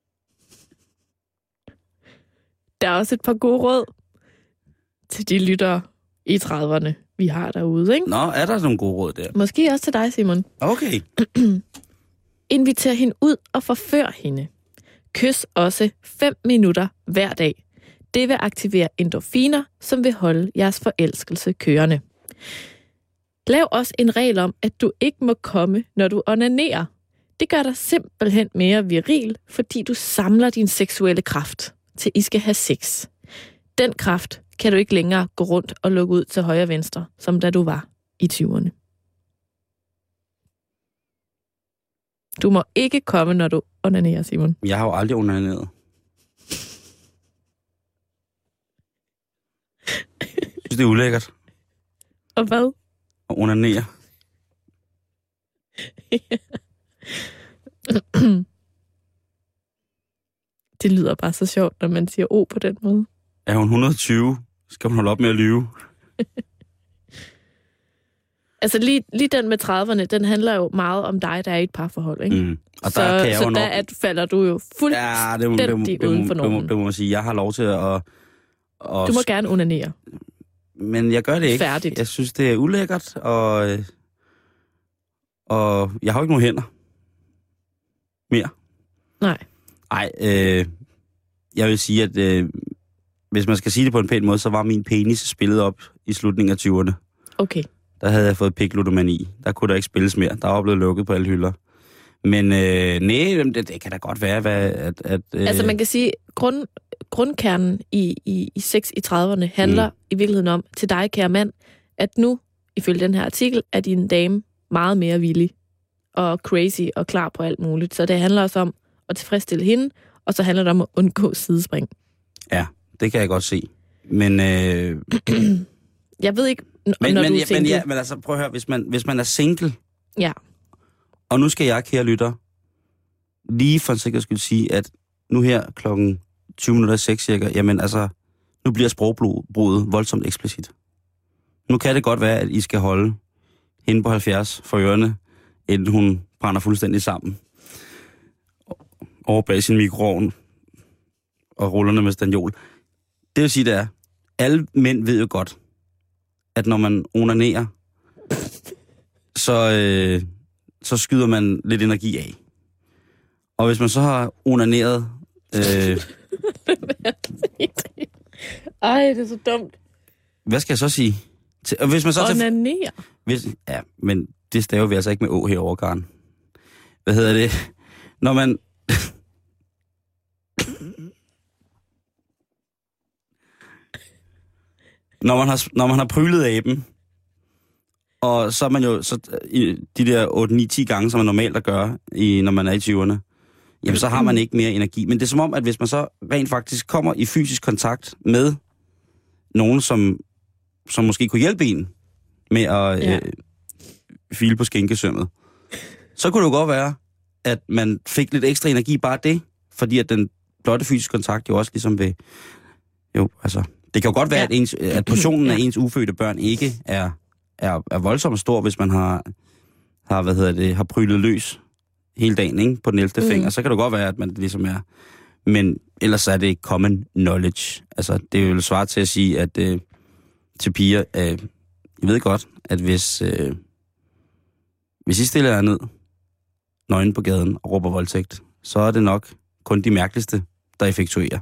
Der er også et par gode råd til de lyttere i trediverne, vi har derude, ikke? Nå, er der nogle gode råd der? Måske også til dig, Simon. Okay. Inviter hende ud og forfør hende. Kys også fem minutter hver dag. Det vil aktivere endorfiner, som vil holde jeres forelskelse kørende. Lav også en regel om, at du ikke må komme, når du onanerer. Det gør dig simpelthen mere viril, fordi du samler din seksuelle kraft, til I skal have sex. Den kraft kan du ikke længere gå rundt og lukke ud til højre og venstre, som da du var i tyverne. Du må ikke komme, når du onanerer, Simon. Jeg har jo aldrig onaneret. Jeg synes, det er ulækkert. Og hvad? At onanere. Det lyder bare så sjovt, når man siger O på den måde. Er hun et hundrede og tyve, skal hun holde op med at lyve. Altså lige, lige den med trediverne, den handler jo meget om dig, der er i et parforhold, ikke? Mm. Og så der kan jeg så jo nok... der at falder du jo fuldstændig ja, det må, det må, det må, uden for det må, normen. det må man sige. Jeg har lov til at... at du må gerne onanere. Men jeg gør det ikke. Færdigt. Jeg synes, det er ulækkert, og, og jeg har jo ikke nogen hænder. Mere. Nej. Nej, øh, jeg vil sige, at øh, hvis man skal sige det på en pæn måde, så var min penis spillet op i slutningen af tyverne. Okay. Der havde jeg fået pikludomani. Der kunne der ikke spilles mere. Der var blevet lukket på alle hylder. Men øh, nej, det, det kan da godt være, hvad, at... at øh... Altså man kan sige, grund, grundkernen i, i, i sex i trediverne handler mm. i virkeligheden om, til dig, kære mand, at nu, ifølge den her artikel, er din dame meget mere villig og crazy og klar på alt muligt. Så det handler også om at tilfredsstille hende, og så handler det om at undgå sidespring. Ja, det kan jeg godt se. Men... Øh, jeg ved ikke, n- men, når men, du er ja, single. men, ja, men altså, prøv at høre, hvis man, hvis man er single, Ja. og nu skal jeg, kære lytter, lige for en sikkerheds skyld sige, at nu her klokken tyve minutter i seks cirka, jamen altså, nu bliver sprogbruget voldsomt eksplicit. Nu kan det godt være, at I skal holde hende på halvfjerds for ørerne, inden hun brænder fuldstændig sammen. Over bag sin mikroovn og rullerne med stanjol. Det vil sige, det er, alle mænd ved jo godt, at når man onanerer, så, øh, så skyder man lidt energi af. Og hvis man så har onaneret... Øh, Ej, det er så dumt. hvad skal jeg så sige? Til, og hvis man så Onaner. Hvis, ja, men det staver vi altså ikke med å herovre, Karen. Hvad hedder det? Når man... når, man har, når man har prylet aben, og så er man jo så, i de der otte ni ti gange, som man normalt at gøre, i, når man er i tyverne, jamen så har man ikke mere energi. Men det er som om, at hvis man så rent faktisk kommer i fysisk kontakt med nogen, som, som måske kunne hjælpe en med at ja. øh, file på skinkesømmet, så kunne det jo godt være, at man fik lidt ekstra energi bare det, fordi at den blotte fysiske kontakt jo også ligesom vil... Jo, altså... Det kan jo godt være, ja. at, ens, at portionen ja. af ens ufødte børn ikke er, er, er voldsomt stor, hvis man har, har, hvad hedder det, har prylet løs hele dagen, ikke? På den ellevte mm. finger. Så kan det godt være, at man ligesom er... Men ellers er det common knowledge. Altså, det er jo svært til at sige, at øh, til piger... Øh, jeg ved godt, at hvis... Øh, hvis I stiller jer ned, nøgen på gaden og råber voldtægt, så er det nok kun de mærkeligste, der effektuerer.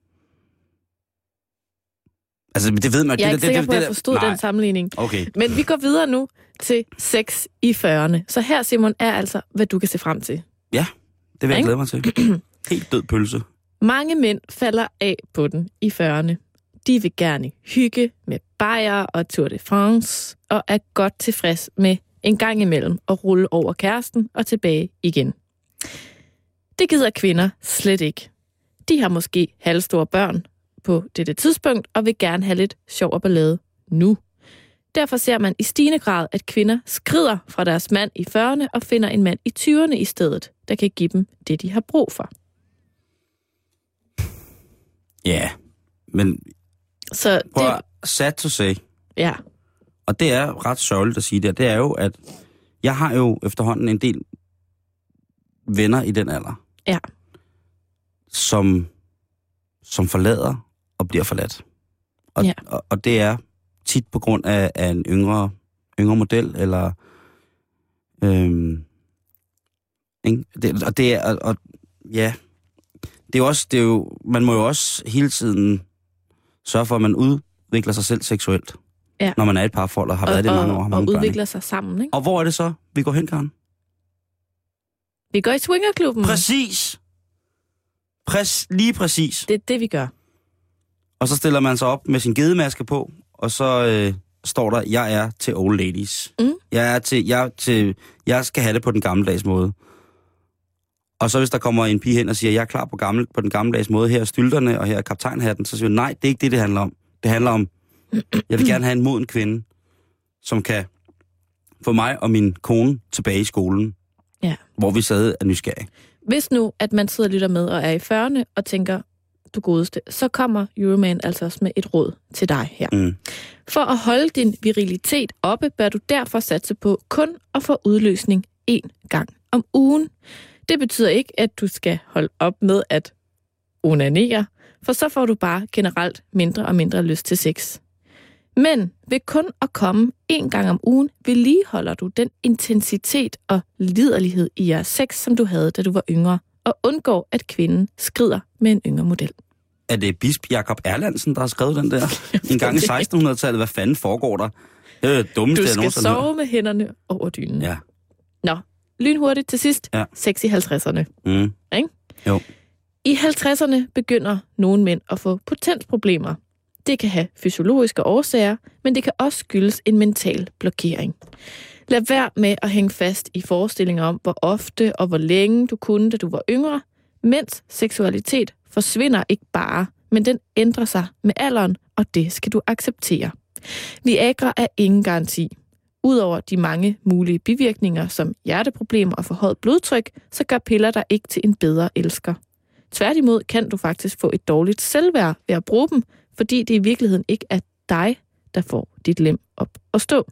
Altså, det ved man... Jeg er det, ikke det, sikker det, på, at det, jeg forstod nej. den sammenligning. Okay. Men vi går videre nu til sex i fyrrerne. Så her, Simon, er altså, hvad du kan se frem til. Ja, det vil jeg glæde mig til. Helt død pølse. Mange mænd falder af på den i fyrrerne. De vil gerne hygge med bajer og Tour de France, og er godt tilfreds med en gang imellem at rulle over kæresten og tilbage igen. Det gider kvinder slet ikke. De har måske halvstore børn på dette tidspunkt, og vil gerne have lidt sjov og ballade nu. Derfor ser man i stigende grad, at kvinder skrider fra deres mand i fyrrerne og finder en mand i tyverne i stedet, der kan give dem det, de har brug for. Ja, men Så prøv det... at sad to say, Ja. og det er ret sørgeligt at sige det, det er jo, at jeg har jo efterhånden en del venner i den alder, Ja. som, som forlader og bliver forladt. Og, Ja. og, og det er tit på grund af, af en yngre, yngre model, eller... Øhm, ikke? Det, og det er... Og, og, ja... Det er jo også... Det er jo, man må jo også hele tiden sørge for, at man udvikler sig selv seksuelt. Ja. Når man er et parforhold og har Og, været det i mange år. og, Har og mange børn, udvikler ikke? sig sammen, ikke? Og hvor er det så, vi går hen, Karen? Vi går i swingerklubben. Præcis! Præs, lige præcis. Det er det, vi gør. Og så stiller man sig op med sin gedemaske på, og så øh, står der, jeg er til old ladies. Mm. Jeg er til, jeg er til, jeg skal have det på den gammeldags måde. Og så hvis der kommer en pige hen og siger, jeg er klar på, gammel, på den gammeldags måde, her er stylterne, og her er kaptajnhatten, så siger jeg, nej, det er ikke det, det handler om. Det handler om, jeg vil gerne have en moden kvinde, som kan få mig og min kone tilbage i skolen, Ja. hvor vi sad af nysgerrig. Hvis nu, at man sidder og lytter med og er i fyrrerne og tænker, du godeste, så kommer Euroman altså også med et råd til dig her. Mm. For at holde din virilitet oppe, bør du derfor satse på kun at få udløsning én gang om ugen. Det betyder ikke, at du skal holde op med at onanere, for så får du bare generelt mindre og mindre lyst til sex. Men ved kun at komme én gang om ugen, vedligeholder du den intensitet og liderlighed i jeres sex, som du havde, da du var yngre, og undgår, at kvinden skrider med en yngre model. Er det bisp Jakob Erlandsen, der har skrevet den der? En gang i sekstenhundredetallet, hvad fanden foregår der? Det er det dummeste, Du jeg skal nogensinde sove hørt. med hænderne over dynen. Ja. Nå, lynhurtigt til sidst. Ja. Sex i halvtredserne. Mm. Ikke? Jo. I halvtredserne begynder nogle mænd at få potensproblemer. Det kan have fysiologiske årsager, men det kan også skyldes en mental blokering. Lad være med at hænge fast i forestillinger om, hvor ofte og hvor længe du kunne, da du var yngre, mens seksualitet forsvinder ikke bare men den ændrer sig med alderen, og det skal du acceptere. Viagra er ingen garanti. Udover de mange mulige bivirkninger som hjerteproblemer og forhøjet blodtryk, så gør piller dig ikke til en bedre elsker. Tværtimod kan du faktisk få et dårligt selvværd ved at bruge dem, fordi det i virkeligheden ikke er dig, der får dit lem op at stå.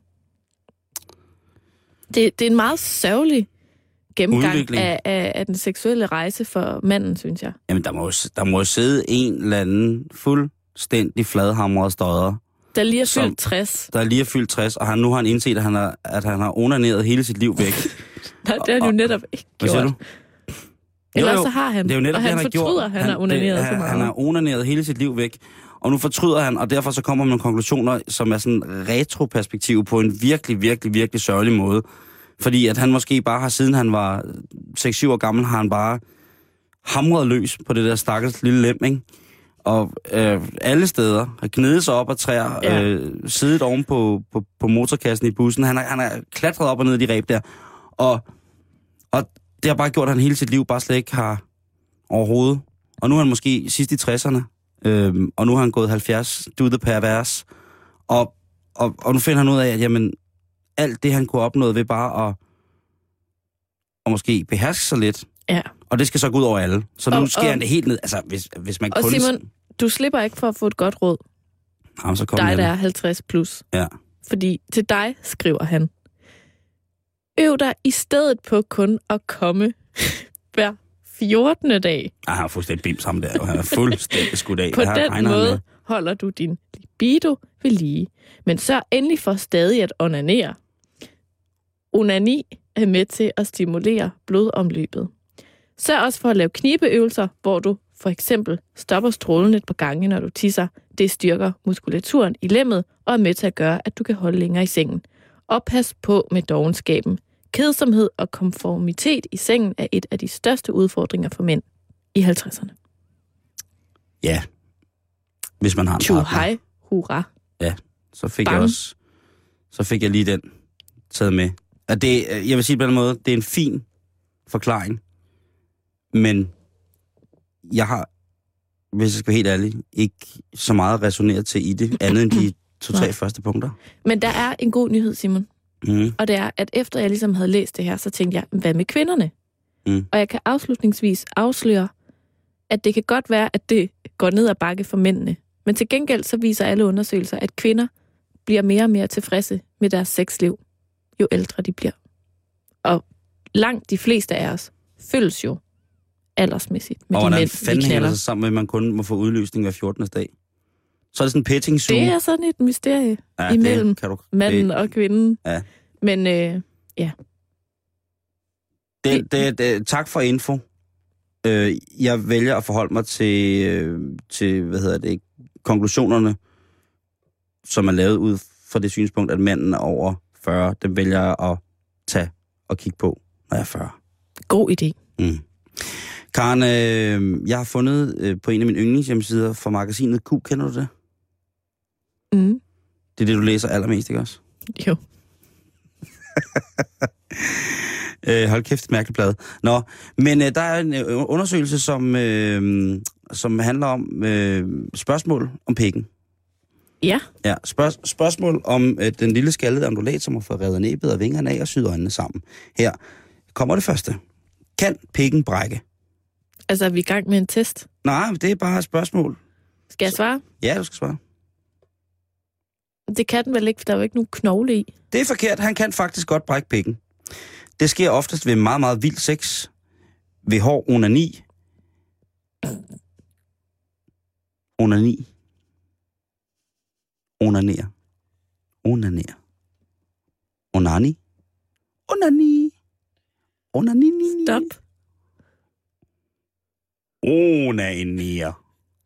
Det, det er en meget sørgelig gennemgang af, af, af den seksuelle rejse for manden, synes jeg. Jamen, der må jo, der må jo sidde en eller anden fuldstændig fladhamret støder. Der lige er som, fyldt tres. Der lige er fyldt tres, og han, nu har han indset, at han har, at han har onaneret hele sit liv væk. Nej, det har han jo netop ikke gjort. Hvad siger du? Ellers jo, jo. så har han, det er jo netop, og han, han fortryder, at han, han har onaneret så meget. Han har onaneret hele sit liv væk, og nu fortryder han, og derfor så kommer man med konklusioner, som er sådan retroperspektiv på en virkelig, virkelig, virkelig sørgelig måde. Fordi at han måske bare har, siden han var seks syv år gammel, har han bare hamret løs på det der stakkels lille lem, ikke? Og øh, alle steder har gnedet sig op ad træer, ja. øh, siddet oven på, på, på motorkassen i bussen. Han har, han har klatret op og ned i de reb der. Og, og det har bare gjort, at han hele sit liv bare slet ikke har overhovedet. Og nu er han måske sidst i tresserne, øh, og nu har han gået halvfjerds, do the pervers. Og, og, og nu finder han ud af, at jamen, alt det, han kunne opnå ved bare at, at måske beherske sig lidt. Ja. Og det skal så gå ud over alle. Så nu og, sker og, han det helt ned. Altså, hvis, hvis man og kun... Simon, du slipper ikke for at få et godt råd. Jamen, så dig, der er halvtreds plus. Ja. Fordi til dig, skriver han, øv dig i stedet på kun at komme hver fjortende dag. Jeg har fuldstændig bims ham der. Han er fuldstændig skudt af. På den måde holder du din libido ved lige. Men så endelig for stadig at onanere. Onani er med til at stimulere blodomløbet. Sørg også for at lave knibeøvelser, hvor du for eksempel stopper strålen et par gange, når du tisser. Det styrker muskulaturen i lemmet og er med til at gøre, at du kan holde længere i sengen. Og pas på med dovenskaben. Kedsomhed og konformitet i sengen er et af de største udfordringer for mænd i halvtredserne. Ja. Hvis man har en Tju, partner. hej, hurra. Ja, så fik Bang. jeg også... Så fik jeg lige den taget med. At det, jeg vil sige på den måde, det er en fin forklaring. Men jeg har, hvis jeg skal være helt ærlig, ikke så meget resoneret til i det, andet end de to-tre første punkter. Men der er en god nyhed, Simon. Mm. Og det er, at efter jeg ligesom havde læst det her, så tænkte jeg, hvad med kvinderne? Mm. Og jeg kan afslutningsvis afsløre, at det kan godt være, at det går ned ad bakke for mændene. Men til gengæld så viser alle undersøgelser, at kvinder bliver mere og mere tilfredse med deres sexliv, jo ældre de bliver. Og langt de fleste af os føles jo aldersmæssigt med og de mænd, vi knaller. Og hvordan fanden hænger sig sammen med, at man kun må få udløsning hver fjortende dag? Så er det sådan en petting zoo. Det er sådan et mysterie ja, imellem det, du, manden det, og kvinden. Ja. Men øh, ja. Det, det, det, tak for info. Øh, jeg vælger at forholde mig til, øh, til hvad hedder det, konklusionerne, som er lavet ud fra det synspunkt, at manden er over fyrre. Den vælger jeg at tage og kigge på, når jeg er fyrre. God idé. Mm. Karen, øh, jeg har fundet øh, på en af mine yndlingshjemmesider fra magasinet Q. Kender du det? Mm. Det er det, du læser allermest, ikke også? Jo. øh, hold kæft, et mærkeligt blad. Nå, men øh, der er en øh, undersøgelse, som, øh, som handler om øh, spørgsmål om pikken. Ja. Ja, spørg- spørgsmål om øh, den lille skaldede ondulat, som har fået revet næbet og vingerne af og syet øjnene sammen. Her kommer det første. Kan pikken brække? Altså, er vi i gang med en test? Nej, det er bare et spørgsmål. Skal jeg svare? Ja, du skal svare. Det kan den vel ikke, for der er jo ikke nogen knogle i. Det er forkert. Han kan faktisk godt brække pikken. Det sker oftest ved meget, meget vild sex, ved hård onani. Onani. Onaner. Onaner. Onani. Onani. Onani. Stop. Onaner.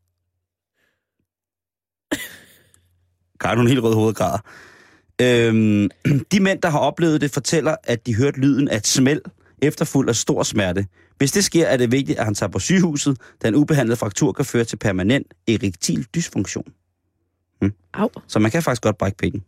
Karen, hun er helt rød hovedgrad. Øhm, de mænd, der har oplevet det, fortæller, at de hørte lyden af et smæld, efterfulgt af stor smerte. Hvis det sker, er det vigtigt, at han tager på sygehuset, da en ubehandlet fraktur kan føre til permanent erektil dysfunktion. Hm. Au. Så man kan faktisk godt brække pikken.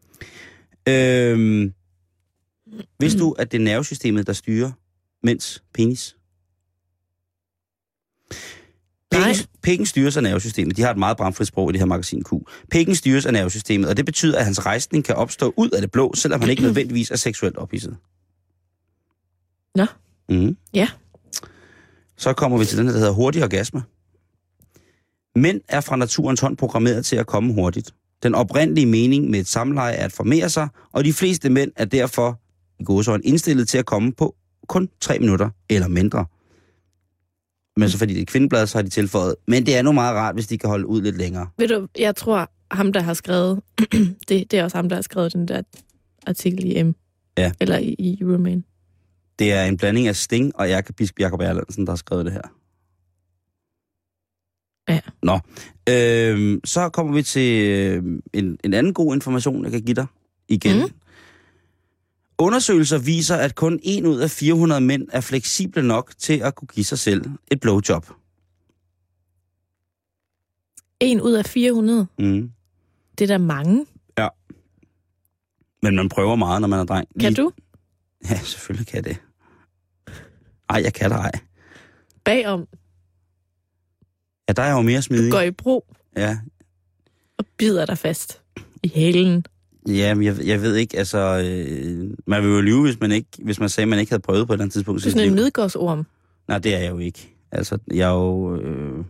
Øhm, vidste du, at det er nervesystemet, der styrer mænds penis? Nej. Pikkens, Pikken styres af nervesystemet. De har et meget bramfrit sprog i det her magasin Q. Pikken styres af nervesystemet, og det betyder, at hans rejsning kan opstå ud af det blå, selvom han ikke nødvendigvis er seksuelt ophidset. Nå. Mm. Ja. Så kommer vi til den, der hedder hurtig orgasme. Mænd er fra naturens hånd programmeret til at komme hurtigt. Den oprindelige mening med et samleje er at formere sig, og de fleste mænd er derfor i gåseøjne indstillet til at komme på kun tre minutter eller mindre. Men så fordi det er kvindeblad, så har de tilføjet. Men det er nu meget rart, hvis de kan holde ud lidt længere. Ved du, jeg tror, ham, der har skrevet, det, det er også ham, der har skrevet den der artikel i M. Ja. Eller i, i Euroman. Det er en blanding af Sting og Jakob Jakob Erlandsen, der har skrevet det her. Ja. Nå. Øhm, så kommer vi til øh, en, en anden god information, jeg kan give dig igen. Mm. Undersøgelser viser, at kun en ud af fire hundrede mænd er fleksible nok til at kunne give sig selv et blowjob. En ud af fire hundrede? Mm. Det er da mange. Ja. Men man prøver meget, når man er dreng. Kan Lige... du? Ja, selvfølgelig kan det. Ej, jeg kan det ej. Bagom. Ja, der er jo mere smidig. Du går i bro. Ja. Og bider dig fast i hælen. Ja, men jeg, jeg ved ikke, altså... Øh, man vil jo lyve, hvis man, ikke, hvis man sagde, at man ikke havde prøvet på et eller andet tidspunkt. Du er sådan en midgårdsorm. Nej, det er jeg jo ikke. Altså, jeg er jo... Øh...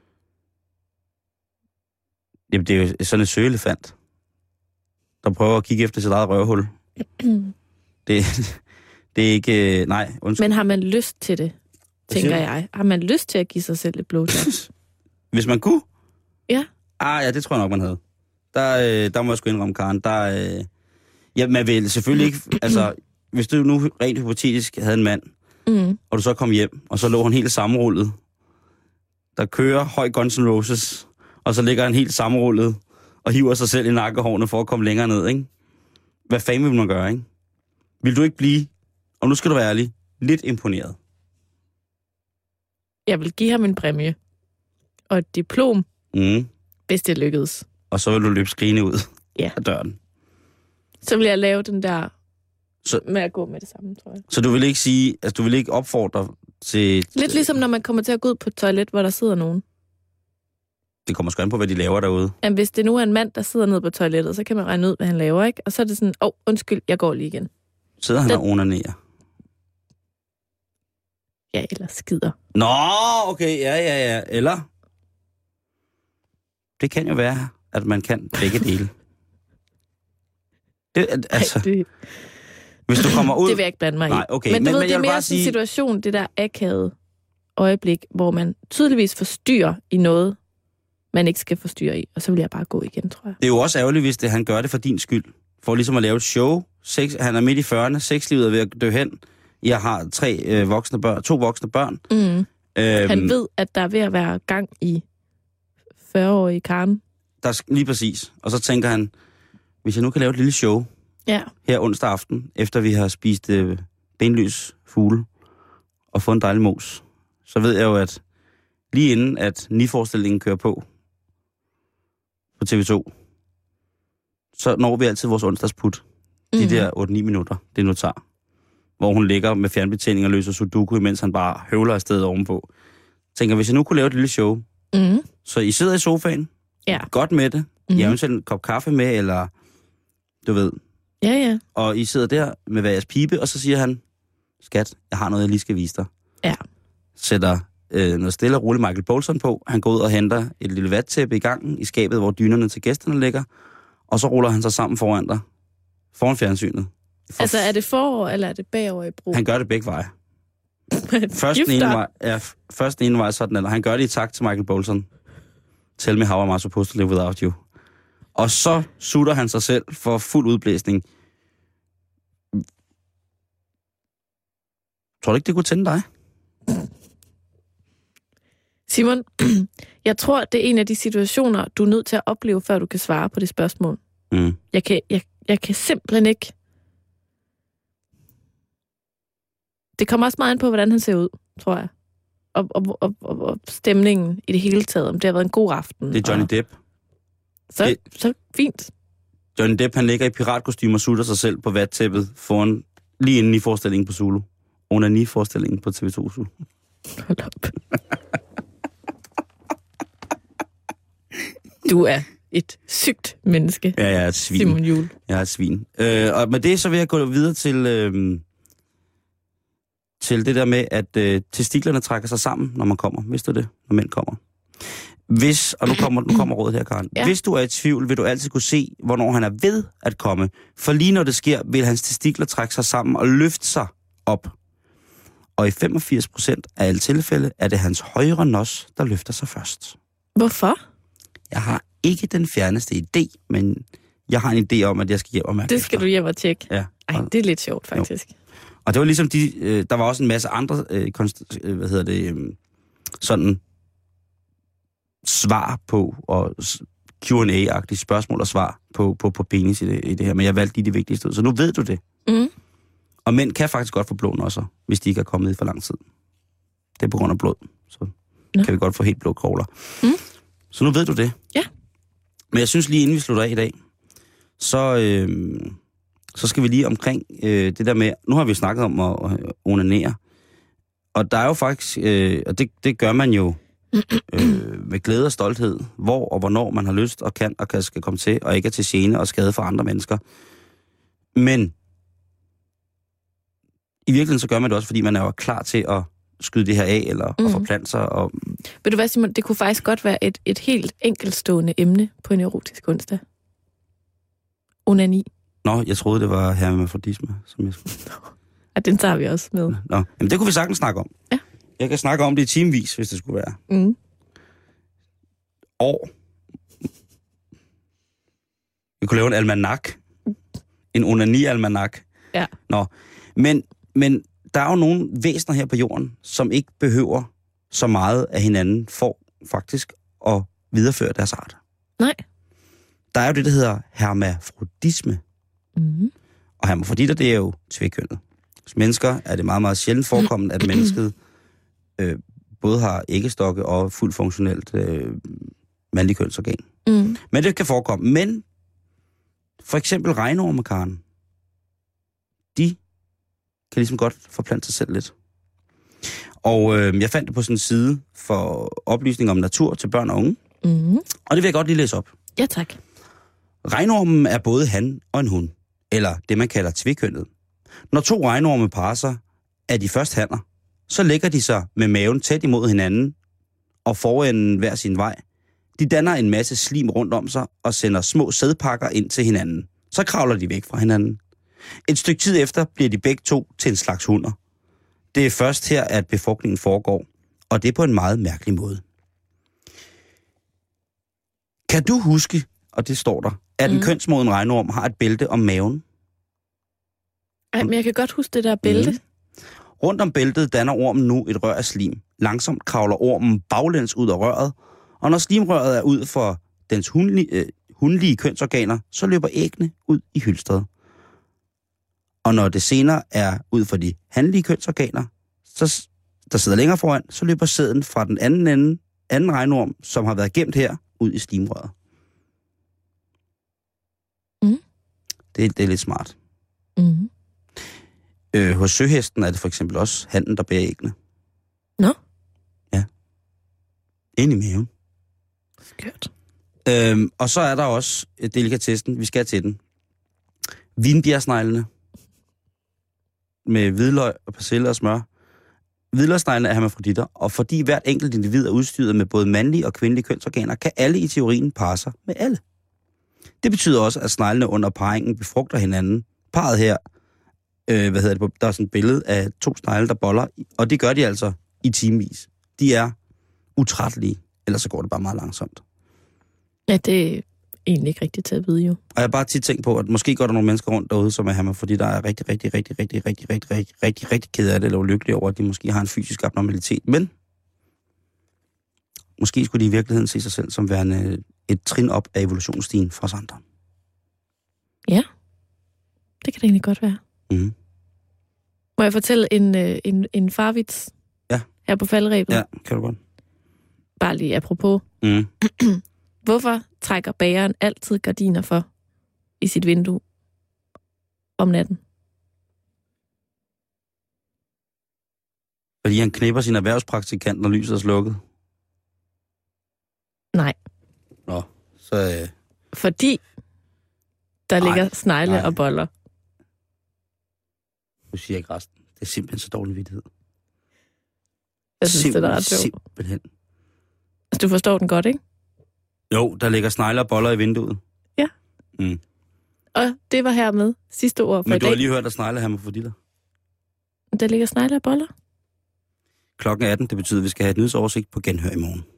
Jamen, det er jo sådan en søelefant, der prøver at kigge efter sit eget røvhul. det, det er ikke... Nej, undskyld. Men har man lyst til det, tænker jeg? Har man lyst til at give sig selv et blowjob? Hvis man kunne? Ja. Ah, ja, det tror jeg nok, man havde. Der, øh, der må jeg sgu indrømme, Karen. Der, øh... Ja, man vil selvfølgelig ikke... Altså, hvis du nu rent hypotetisk havde en mand, mm. og du så kom hjem, og så lå han helt sammenrullet, der kører høj Guns N' Roses, og så ligger han helt sammenrullet, og hiver sig selv i nakkehårene for at komme længere ned, ikke? Hvad fanden vil man gøre, ikke? Vil du ikke blive, og nu skal du være ærlig, lidt imponeret? Jeg vil give ham en præmie. Og et diplom, mm. hvis det lykkedes. Og så vil du løbe skrigende ud ja. af døren. Så vil jeg lave den der så, med at gå med det samme, tror jeg. Så du vil ikke sige, altså du vil ikke opfordre til... Lidt ligesom når man kommer til at gå ud på et toilet, hvor der sidder nogen. Det kommer sgu an på, hvad de laver derude. Jamen, hvis det nu er en mand, der sidder nede på toilettet, så kan man regne ud, hvad han laver, ikke? Og så er det sådan, åh, oh, undskyld, jeg går lige igen. Sidder han den... og onanerer? Ja, eller skider. Nå, okay, ja, ja, ja. Eller? Det kan jo være, at man kan begge dele. Det, altså, Ej, det... Hvis du kommer ud... Det vil jeg ikke blande mig i. Nej, okay. Men du men, ved, men det er mere sådan en sige... situation, det der akavede øjeblik, hvor man tydeligvis forstyrrer i noget, man ikke skal forstyrre i. Og så vil jeg bare gå igen, tror jeg. Det er jo også ærgerligt, hvis det, han gør det for din skyld. For ligesom at lave et show. Sex, han er midt i fyrrerne. Sexlivet er ved at dø hen. Jeg har tre øh, voksne børn, to voksne børn. Mm. Øhm, han ved, at der er ved at være gang i fyrre-årige Karen. Der er, lige præcis. Og så tænker han, hvis jeg nu kan lave et lille show ja. her onsdag aften, efter vi har spist øh, benløs fugle og fået en dejlig mos, så ved jeg jo, at lige inden at Ni-forestillingen kører på, på T V to, så når vi altid vores onsdagsput. De mm-hmm. der otte ni minutter, det nu tager. Hvor hun ligger med fjernbetjening og løser sudoku, imens han bare høvler afsted ovenpå. Tænker, hvis jeg nu kunne lave et lille show, mm-hmm. så I sidder i sofaen, ja. Godt med det, mm-hmm. I har eventuelt en kop kaffe med, eller du ved. Ja, ja. Og I sidder der med hver jeres pibe, og så siger han, skat, jeg har noget, jeg lige skal vise dig. Ja. Sætter øh, noget stille og roligt Michael Bolton på. Han går ud og henter et lille vattæppe i gangen i skabet, hvor dynerne til gæsterne ligger. Og så ruller han sig sammen foran dig. Foran fjernsynet. For... Altså, er det forover, eller er det bagover i brug? Han gør det begge veje. først, den ene vej, ja, først den ene vej sådan, eller han gør det i takt til Michael Bolton. Tell me how am I supposed to live without you. Og så sutter han sig selv for fuld udblæsning. Tror du ikke, det kunne tænde dig? Simon, jeg tror, det er en af de situationer, du er nødt til at opleve, før du kan svare på det spørgsmål. Mm. Jeg, kan, jeg, jeg kan simpelthen ikke... Det kommer også meget ind på, hvordan han ser ud, tror jeg. Og, og, og, og, og stemningen i det hele taget, om det har været en god aften. Det er Johnny og... Depp. Så, det... så fint. Johnny Depp, han ligger i piratkostyme og sutter sig selv på vattæppet foran, lige inden i forestillingen på Zulu. Under ni forestillingen på T V to Zulu. Hold op. Du er et sygt menneske, Ja, jeg er et svin. Simon Juhl. Jeg er et svin. Øh, og med det, så vil jeg gå videre til, øh, til det der med, at øh, testiklerne trækker sig sammen, når man kommer. Vidste du det? Når mænd kommer. Hvis, og nu kommer, nu kommer rådet her, Karen. Ja. Hvis du er i tvivl, vil du altid kunne se, hvornår han er ved at komme. For lige når det sker, vil hans testikler trække sig sammen og løfte sig op. Og i femogfirs procent af alle tilfælde er det hans højre nos, der løfter sig først. Hvorfor? Jeg har ikke den fjerneste idé, men jeg har en idé om, at jeg skal hjem og mærke Det skal efter. du hjem og tjekke. Ja. Ej, det er lidt sjovt, faktisk. Jo. Og det var ligesom de, øh, der var også en masse andre, øh, konst, øh, hvad hedder det, øh, sådan svar på, og Q and A-agtige spørgsmål og svar på, på, på penis i det, i det her, men jeg valgte lige de vigtigste ud, så nu ved du det. Mm. Og mænd kan faktisk godt få blå nosser, hvis de ikke er kommet i for lang tid. Det er på grund af blod, så Nå. kan vi godt få helt blå kogler. Mm. Så nu ved du det. Ja. Men jeg synes lige, inden vi slutter af i dag, så, øh, så skal vi lige omkring øh, det der med, nu har vi snakket om at, at onanere, og der er jo faktisk, øh, og det, det gør man jo øh, med glæde og stolthed, hvor og hvornår man har lyst og kan og kan, skal komme til, og ikke er til gene og skade for andre mennesker. Men i virkeligheden så gør man det også, fordi man er jo klar til at skyde det her af, eller mm. at forplante sig. Og... Ved du hvad, Simon? Det kunne faktisk godt være et, et helt enkeltstående emne på en erotisk onsdag. Onani. Nå, jeg troede, det var hermafrodisme, som jeg skulle... Ja, den tager vi også med. Nå, jamen det kunne vi sagtens snakke om. Ja. Jeg kan snakke om det i timevis, hvis det skulle være. Mm. År. Vi kunne lave en almanak. En onani-almanak. Ja. Nå, men, men der er jo nogle væsener her på jorden, som ikke behøver så meget af hinanden for faktisk at videreføre deres art. Nej. Der er jo det, der hedder hermafrodisme. Mm. Og hermafroditter, det er jo tvækønnet. Hos mennesker er det meget, meget sjældent forekommende, at mennesket øh, både har æggestokke og fuldt funktionelt øh, mandlig kønsorgan. Mm. Men det kan forekomme. Men for eksempel regnorme, Karen, de kan ligesom godt forplante sig selv lidt. Og øh, jeg fandt det på sådan en side for oplysning om natur til børn og unge. Mm. Og det vil jeg godt lige læse op. Ja, tak. Regnormen er både han og en hun, eller det man kalder tvækønnet. Når to regnorme parer sig, er de først hanner. Så lægger de sig med maven tæt imod hinanden og forenden hver sin vej. De danner en masse slim rundt om sig og sender små sædpakker ind til hinanden. Så kravler de væk fra hinanden. Et stykke tid efter bliver de begge to til en slags hunder. Det er først her, at befrugtningen foregår, og det er på en meget mærkelig måde. Kan du huske, og det står der, at en Mm. kønsmoden regnorm har et bælte om maven? Ej, men jeg kan godt huske det der bælte. Mm. Rundt om bæltet danner ormen nu et rør af slim. Langsomt kravler ormen baglæns ud af røret, og når slimrøret er ud for dens hundlige, øh, hundlige kønsorganer, så løber æggene ud i hylstret. Og når det senere er ud for de hanlige kønsorganer, så, der sidder længere foran, så løber sæden fra den anden ende, anden regnorm, som har været gemt her, ud i slimrøret. Mm. Det, det er lidt smart. Mm. Øh, hos søhesten er det for eksempel også hannen, der bærer æggene. Nå. Ja. Ind i maven. Skørt. Øhm, og så er der også delikatessen. Vi skal til den. Vinbjergsneglene. Med hvidløg og persille og smør. Hvidløgsneglene er hermafroditter, og fordi hvert enkelt individ er udstyret med både mandlige og kvindelige kønsorganer, kan alle i teorien parre sig med alle. Det betyder også, at sneglene under parringen befrugter hinanden. Parret her, øh, hvad hedder det, der er sådan et billede af to snegle, der boller, og det gør de altså i timevis. De er utrættelige, ellers så går det bare meget langsomt. Ja, det er egentlig ikke rigtigt til at vide, jo. Og jeg har bare tit tænkt på, at måske går der nogle mennesker rundt derude, som er hammer, fordi der er rigtig, rigtig, rigtig, rigtig, rigtig, rigtig, rigtig, rigtig, rigtig ked af det, eller ulykkelige over, at de måske har en fysisk abnormalitet. Men måske skulle de i virkeligheden se sig selv som værende et trin op af evolutionsstigen for os andre. Ja, det kan det egentlig godt være. Mm. Må jeg fortælle en, en, en farvits? Ja. Her på faldrebet? Ja, kan du godt. Bare lige apropos. Mm. Hvorfor trækker bageren altid gardiner for i sit vindue om natten? Fordi han knipper sin erhvervspraktikant, når lyset er slukket. Nej. Nå, Så, øh, Fordi der Ej, ligger snegle nej. og boller. nu siger jeg ikke resten. Det er simpelthen så dårlig vittighed. Jeg synes, det er ret sjovt. Simpelthen. Altså, du forstår den godt, ikke? Jo, der ligger snegle og boller i vinduet. Ja. Mm. Og det var hermed sidste ord for Men i du dag. har lige hørt, at snegle har for dig. Der ligger snegle og boller. Klokken atten, det betyder, at vi skal have et nyhedsoversigt på genhør i morgen.